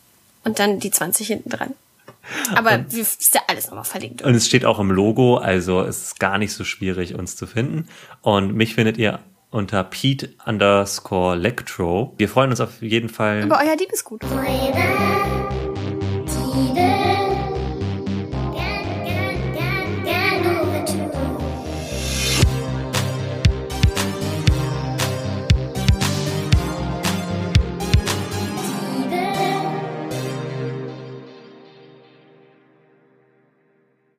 und dann die zwanzig hinten dran. Aber und, ist ja alles nochmal verlinkt. Und es steht auch im Logo, also es ist gar nicht so schwierig, uns zu finden. Und mich findet ihr unter Pete underscore Lectro. Wir freuen uns auf jeden Fall. Aber euer Lied ist gut.